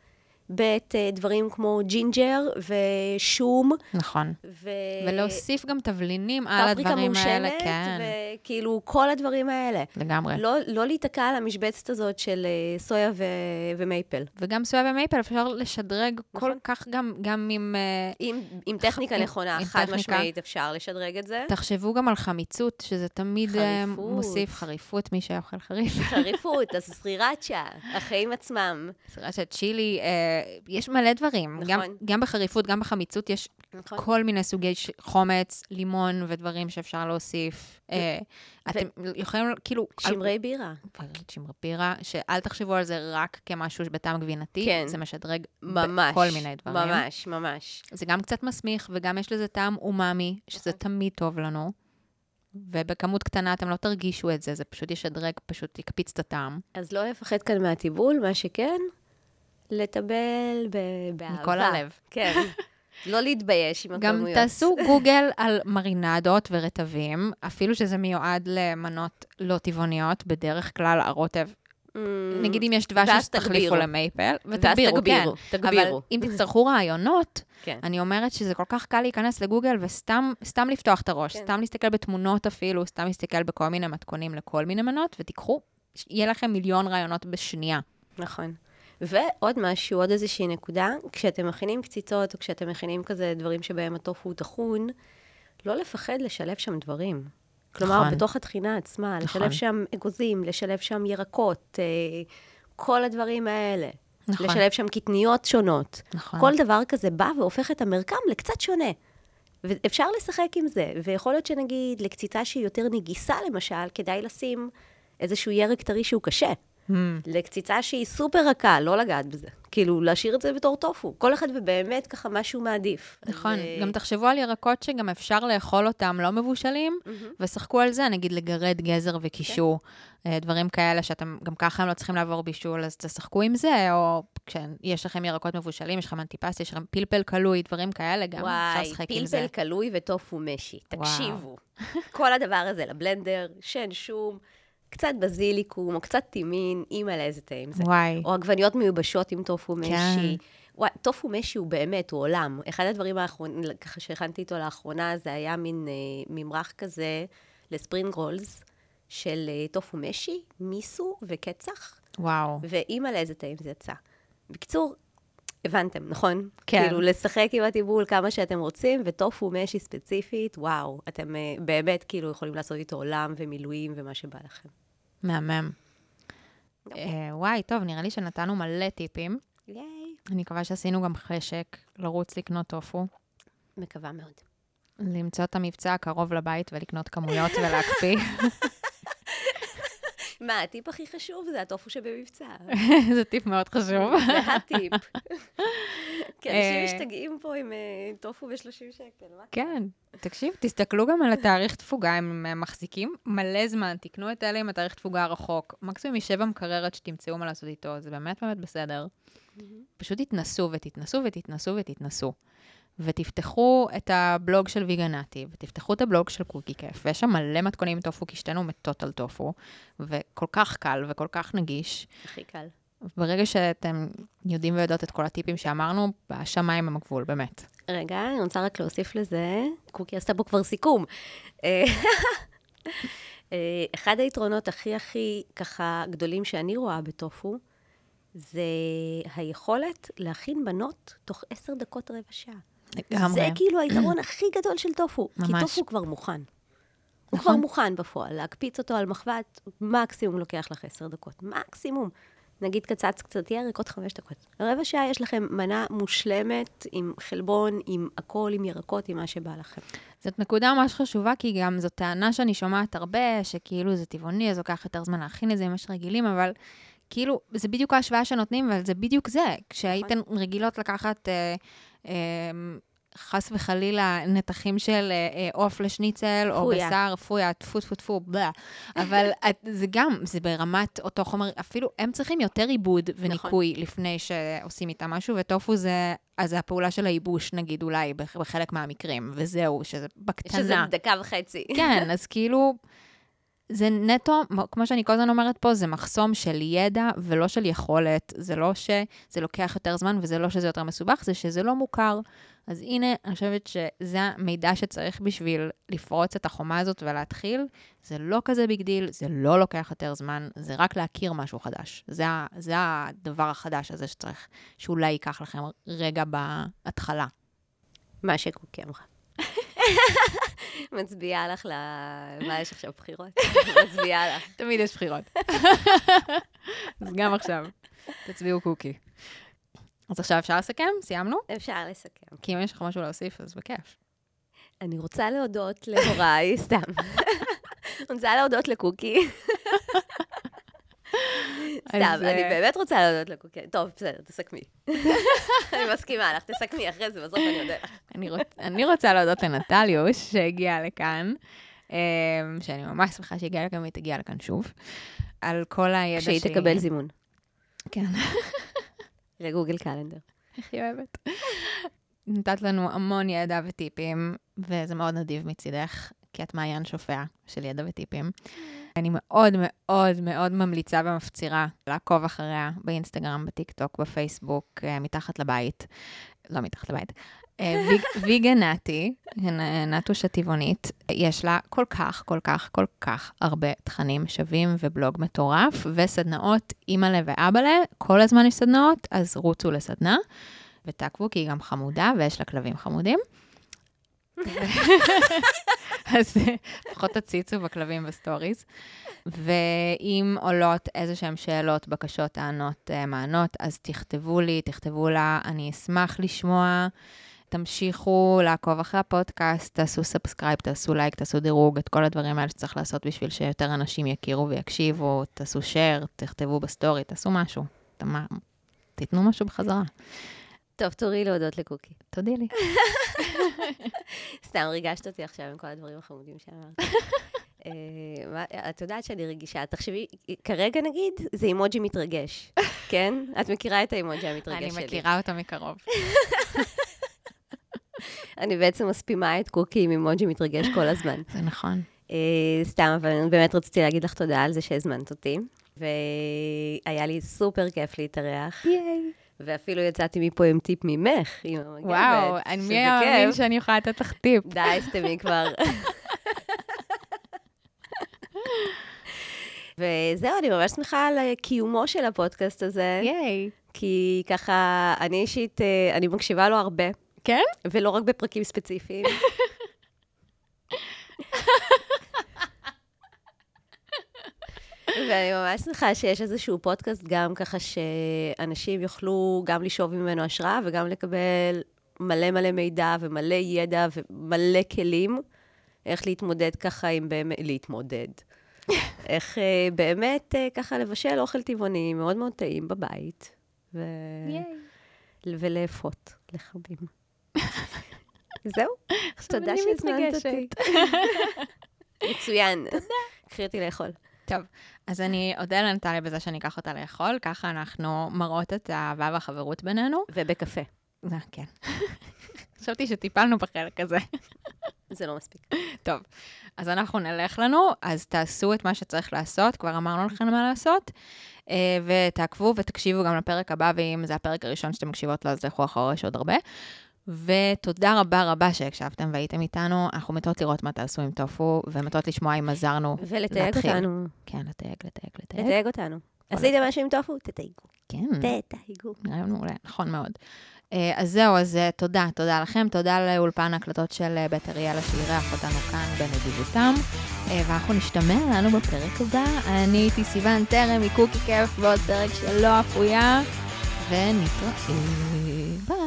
דברים כמו ג'ינג'ר ושום. נכון. ולהוסיף גם תבלינים על הדברים האלה. פפריקה מושלמת, וכאילו כל הדברים האלה. לגמרי. לא להיתקע על המשבצת הזאת של סויה ומייפל. וגם סויה ומייפל אפשר לשדרג כל כך גם עם טכניקה נכונה, חד משמעית אפשר לשדרג את זה. תחשבו גם על חמיצות, שזה תמיד מוסיף חריפות, מי שאוכל חריף. חריפות, אז סרירצ'ה, החיים עצמם. סרירצ'ה, צ'ילי, יש מלא דברים. נכון. גם בחריפות, גם בחמיצות, יש כל מיני סוגי חומץ, לימון ודברים שאפשר להוסיף. אתם יכולים, כאילו... שמרי בירה. שמרי בירה, שאל תחשבו על זה רק כמשהו בטעם גבינתי, זה משדרג ממש, בכל מיני דברים. ממש, ממש. זה גם קצת מסמיך, וגם יש לזה טעם אומאמי, שזה תמיד טוב לנו. ובכמות קטנה אתם לא תרגישו את זה, זה פשוט ישדרג, פשוט יקפיץ את הטעם. אז לא לפחד כאן מהטיבול, מה שכן, לטבל באהבה. מכל הלב. כן. לא להתבייש עם הכמויות. גם תעשו גוגל על מרינדות ורטבים, אפילו שזה מיועד למנות לא טבעוניות, בדרך כלל הרוטב. נגיד אם יש דבש, אז תחליפו למייפל, ותגבירו, כן. אבל אם תצטרכו רעיונות, אני אומרת שזה כל כך קל להיכנס לגוגל, וסתם לפתוח את הראש, סתם להסתכל בתמונות אפילו, סתם להסתכל בכל מיני מתכונים לכל מיני מנות, ותיקחו, יהיה לכם מיליון רעיונות בשנייה. נכון. ועוד משהו, עוד איזושהי נקודה, כשאתם מכינים קציצות, או כשאתם מכינים כזה דברים שבהם הטופו הוא טחון, לא לפחד לשלב שם דברים. כלומר, בתוך התחינה עצמה, לשלב שם אגוזים, לשלב שם ירקות, כל הדברים האלה. לשלב שם קטניות שונות. כל דבר כזה בא והופך את המרקם לקצת שונה. ואפשר לשחק עם זה. ויכול להיות שנגיד, לקציצה שהיא יותר נגיסה, למשל, כדאי לשים איזשהו ירק טרי שהוא קשה. לקציצה שהיא סופר רכה, לא לגעת בזה. כאילו, להשאיר את זה בתור טופו. כל אחד ובאמת ככה משהו מעדיף. נכון. גם תחשבו על ירקות שגם אפשר לאכול אותם לא מבושלים, ושחקו על זה, נגיד לגרד גזר וקישור, דברים כאלה שאתם גם ככה לא צריכים לעבור בישול, אז תשחקו עם זה, או כשיש לכם ירקות מבושלים, יש לכם אנטיפסטי, יש לכם פלפל קלוי, דברים כאלה, גם אפשר לשחק עם זה. פלפל קלוי וטופו משי. תקשיבו. כל הדבר הזה לבלנדר, שן שום, קצת בזיליקום, או קצת טימין, אימא'לה איזה טעים זה. וואי. או עגבניות מיובשות עם טופו משי. וואי, טופו משי הוא באמת, הוא עולם. אחד הדברים האחרונים, ככה שהכנתי איתו לאחרונה, זה היה מין ממרח כזה לספרינג רולס, של טופו משי, מיסו וקצח. וואו. ואימא'לה איזה טעים זה יצא. בקיצור, הבנתם, נכון? כן. כאילו, לשחק עם הטיבול כמה שאתם רוצים, וטופו משי ספציפית, וואו, אתם באמת כאילו יכולים לעשות איתו עולם ומילואים ומה שבא לכם. מהמם. וואי, טוב, נראה לי שנתנו מלא טיפים. ייי. אני מקווה שעשינו גם חשק לרוץ לקנות טופו. מקווה מאוד. למצוא את המבצע הקרוב לבית ולקנות כמויות ולהקפיא. מה, הטיפ הכי חשוב זה הטופו שבמבצע. זה טיפ מאוד חשוב. זה הטיפ. כי אנשים משתגעים פה עם טופו ב-30 שקל. כן, תקשיב, תסתכלו גם על התאריך תפוגה, הם מחזיקים מלא זמן, תקנו את אלה עם התאריך תפוגה הרחוק, מקסימום משבע מקררת שתמצאו מה לעשות איתו, זה באמת באמת בסדר. פשוט תתנסו ותתנסו ותתנסו ותתנסו. ותפתחו את הבלוג של ויגנטי, ותפתחו את הבלוג של קוקי כיף, ויש שם מלא מתכונים טופו, כי שתינו מטוטל טופו, וכל כך קל וכל כך נגיש. הכי קל. ברגע שאתם יודעים ויודעות את כל הטיפים שאמרנו, השמיים הם הגבול, באמת. רגע, אני רוצה רק להוסיף לזה, קוקי עשתה פה כבר סיכום. אחד היתרונות הכי ככה גדולים שאני רואה בטופו, זה היכולת להכין בנות תוך 10 דקות רבע שעה. לגמרי. זה כאילו היתרון הכי גדול של טופו. ממש. כי טופו כבר מוכן. הוא כבר מוכן בפועל. להקפיץ אותו על מחבת, מקסימום לוקח לך 10 דקות. מקסימום. נגיד קצת ירק, עוד 5 דקות. רבע שעה יש לכם מנה מושלמת, עם חלבון, עם הכל, עם ירקות, עם מה שבא לכם. זאת נקודה ממש חשובה, כי גם זו טענה שאני שומעת הרבה, שכאילו זה טבעוני, אז לוקח יותר זמן להכין את זה ממש רגילים, אבל כאילו, זה בדיוק ההשוואה שנותנים, אבל זה בדיוק זה. כשהייתן רגילות לקחת חס וחלילה נתחים של עוף לשניצל, או בשר, פויה, טפו, טפו, טפו, בלה. אבל זה גם, זה ברמת אותו חומר, אפילו הם צריכים יותר עיבוד וניקוי לפני שעושים איתם משהו, וטופו זה, אז זה הפעולה של הייבוש, נגיד, אולי, בחלק מהמקרים, וזהו, שזה בקטנה. שזה דקה וחצי. כן, אז כאילו, זה נטו, כמו שאני כל הזמן אומרת פה, זה מחסום של ידע ולא של יכולת. זה לא שזה לוקח יותר זמן וזה לא שזה יותר מסובך, זה שזה לא מוכר. אז הנה, אני חושבת שזה המידע שצריך בשביל לפרוץ את החומה הזאת ולהתחיל. זה לא כזה ביג דיל, זה לא לוקח יותר זמן, זה רק להכיר משהו חדש. זה הדבר החדש הזה שצריך, שאולי ייקח לכם רגע בהתחלה. מה שקוקי אמרה. מצביעה לך מה יש עכשיו בחירות? מצביעה לך. תמיד יש בחירות. אז גם עכשיו, תצביעו קוקי. אז עכשיו אפשר לסכם? סיימנו? אפשר לסכם. כי אם יש לך משהו להוסיף, אז בכיף. אני רוצה להודות להוריי, סתם. אני רוצה להודות לקוקי. סתם, אני באמת רוצה להודות לקוקי. טוב, בסדר, תסכמי. אני מסכימה לך, תסכמי אחרי זה, בסוף אני יודע. אני רוצה להודות לנטליוש שהגיעה לכאן, שאני ממש שמחה שהגיעה לכאן, והיא תגיע לכאן שוב, על כל הידע שהיא תקבל זימון. כן. לגוגל קלנדר. איך היא אוהבת. נתת לנו המון ידע וטיפים, וזה מאוד נדיב מצידך, כי את מעיין שופע של ידע וטיפים. אני מאוד מאוד מאוד ממליצה ומפצירה לעקוב אחריה באינסטגרם, בטיקטוק, בפייסבוק, מתחת לבית. לא מתחת לבית. ויגנתי, נטוש הטבעונית, יש לה כל כך, כל כך, כל כך הרבה תכנים שווים ובלוג מטורף, וסדנאות אימא'לה ואבא'לה, כל הזמן יש סדנאות, אז רוצו לסדנה, ותעקבו כי היא גם חמודה, ויש לה כלבים חמודים. אז פחות תציצו בכלבים בסטוריז. ואם עולות איזה שהן שאלות, בקשות, טענות, מענות, אז תכתבו לי, תכתבו לה, אני אשמח לשמוע. תמשיכו לעקוב אחרי הפודקאסט, תעשו סאבסקרייב, תעשו לייק, תעשו דירוג, את כל הדברים האלה שצריך לעשות בשביל שיותר אנשים יכירו ויקשיבו, תעשו שייר, תכתבו בסטורי, תעשו משהו. תיתנו משהו בחזרה. טוב, תורי להודות לקוקי. תודי לי. סתם, ריגשת אותי עכשיו עם כל הדברים החמודים שאמרת. את יודעת שאני רגישה, תחשבי, כרגע נגיד, זה אימוג'י מתרגש, כן? את מכירה את האימוג'י המתרגש שלי. אני מכירה אותו מקרוב. אני בעצם מספימה את קוקי עם אימוג'י מתרגש כל הזמן. זה נכון. סתם, אבל אני באמת רציתי להגיד לך תודה על זה שהזמנת אותי, והיה לי סופר כיף להתארח. ייי. ואפילו יצאתי מפה עם טיפ ממך, עם המגבת. וואו, מי יאמין שאני יכולה לתת לך טיפ? די, סתמי כבר. וזהו, אני ממש שמחה על קיומו של הפודקאסט הזה. ייי. כי ככה, אני אישית, אני מקשיבה לו הרבה. כן? ולא רק בפרקים ספציפיים. ואני ממש שמחה שיש איזשהו פודקאסט גם ככה שאנשים יוכלו גם לשאוב ממנו השראה וגם לקבל מלא מלא מידע ומלא ידע ומלא כלים, איך להתמודד ככה עם באמת, להתמודד. איך באמת ככה לבשל אוכל טבעוני מאוד מאוד טעים בבית. ולאפות לחמים. זהו, תודה שהזמנת אותי. מצוין. תודה. קחי אותי לאכול. טוב, אז אני אודה לנטליה בזה שאני אקח אותה לאכול, ככה אנחנו מראות את האהבה והחברות בינינו. ובקפה. כן. חשבתי שטיפלנו בחלק הזה. זה לא מספיק. טוב, אז אנחנו נלך לנו, אז תעשו את מה שצריך לעשות, כבר אמרנו לכם מה לעשות, ותעקבו ותקשיבו גם לפרק הבא, ואם זה הפרק הראשון שאתם מקשיבות לו, אז לכו אחורה, יש עוד הרבה. ותודה רבה רבה שהקשבתם והייתם איתנו, אנחנו מתות לראות מה תעשו עם טופו, ומתות לשמוע אם עזרנו להתחיל. ולתייג אותנו. כן, לתייג. לתייג אותנו. עשיתם משהו עם טופו? תתייגו. כן. תתייגו. נראה לנו אולי, נכון מאוד. אז זהו, אז תודה לכם, תודה לאולפן הקלטות של בית אריאלה שאירח אותנו כאן בנדיבותם, ואנחנו נשתמע לנו בפרק הבא. אני הייתי סיוון טרם מקוקי כיף, ועוד פרק שלא אפויה, ונתראה. ביי.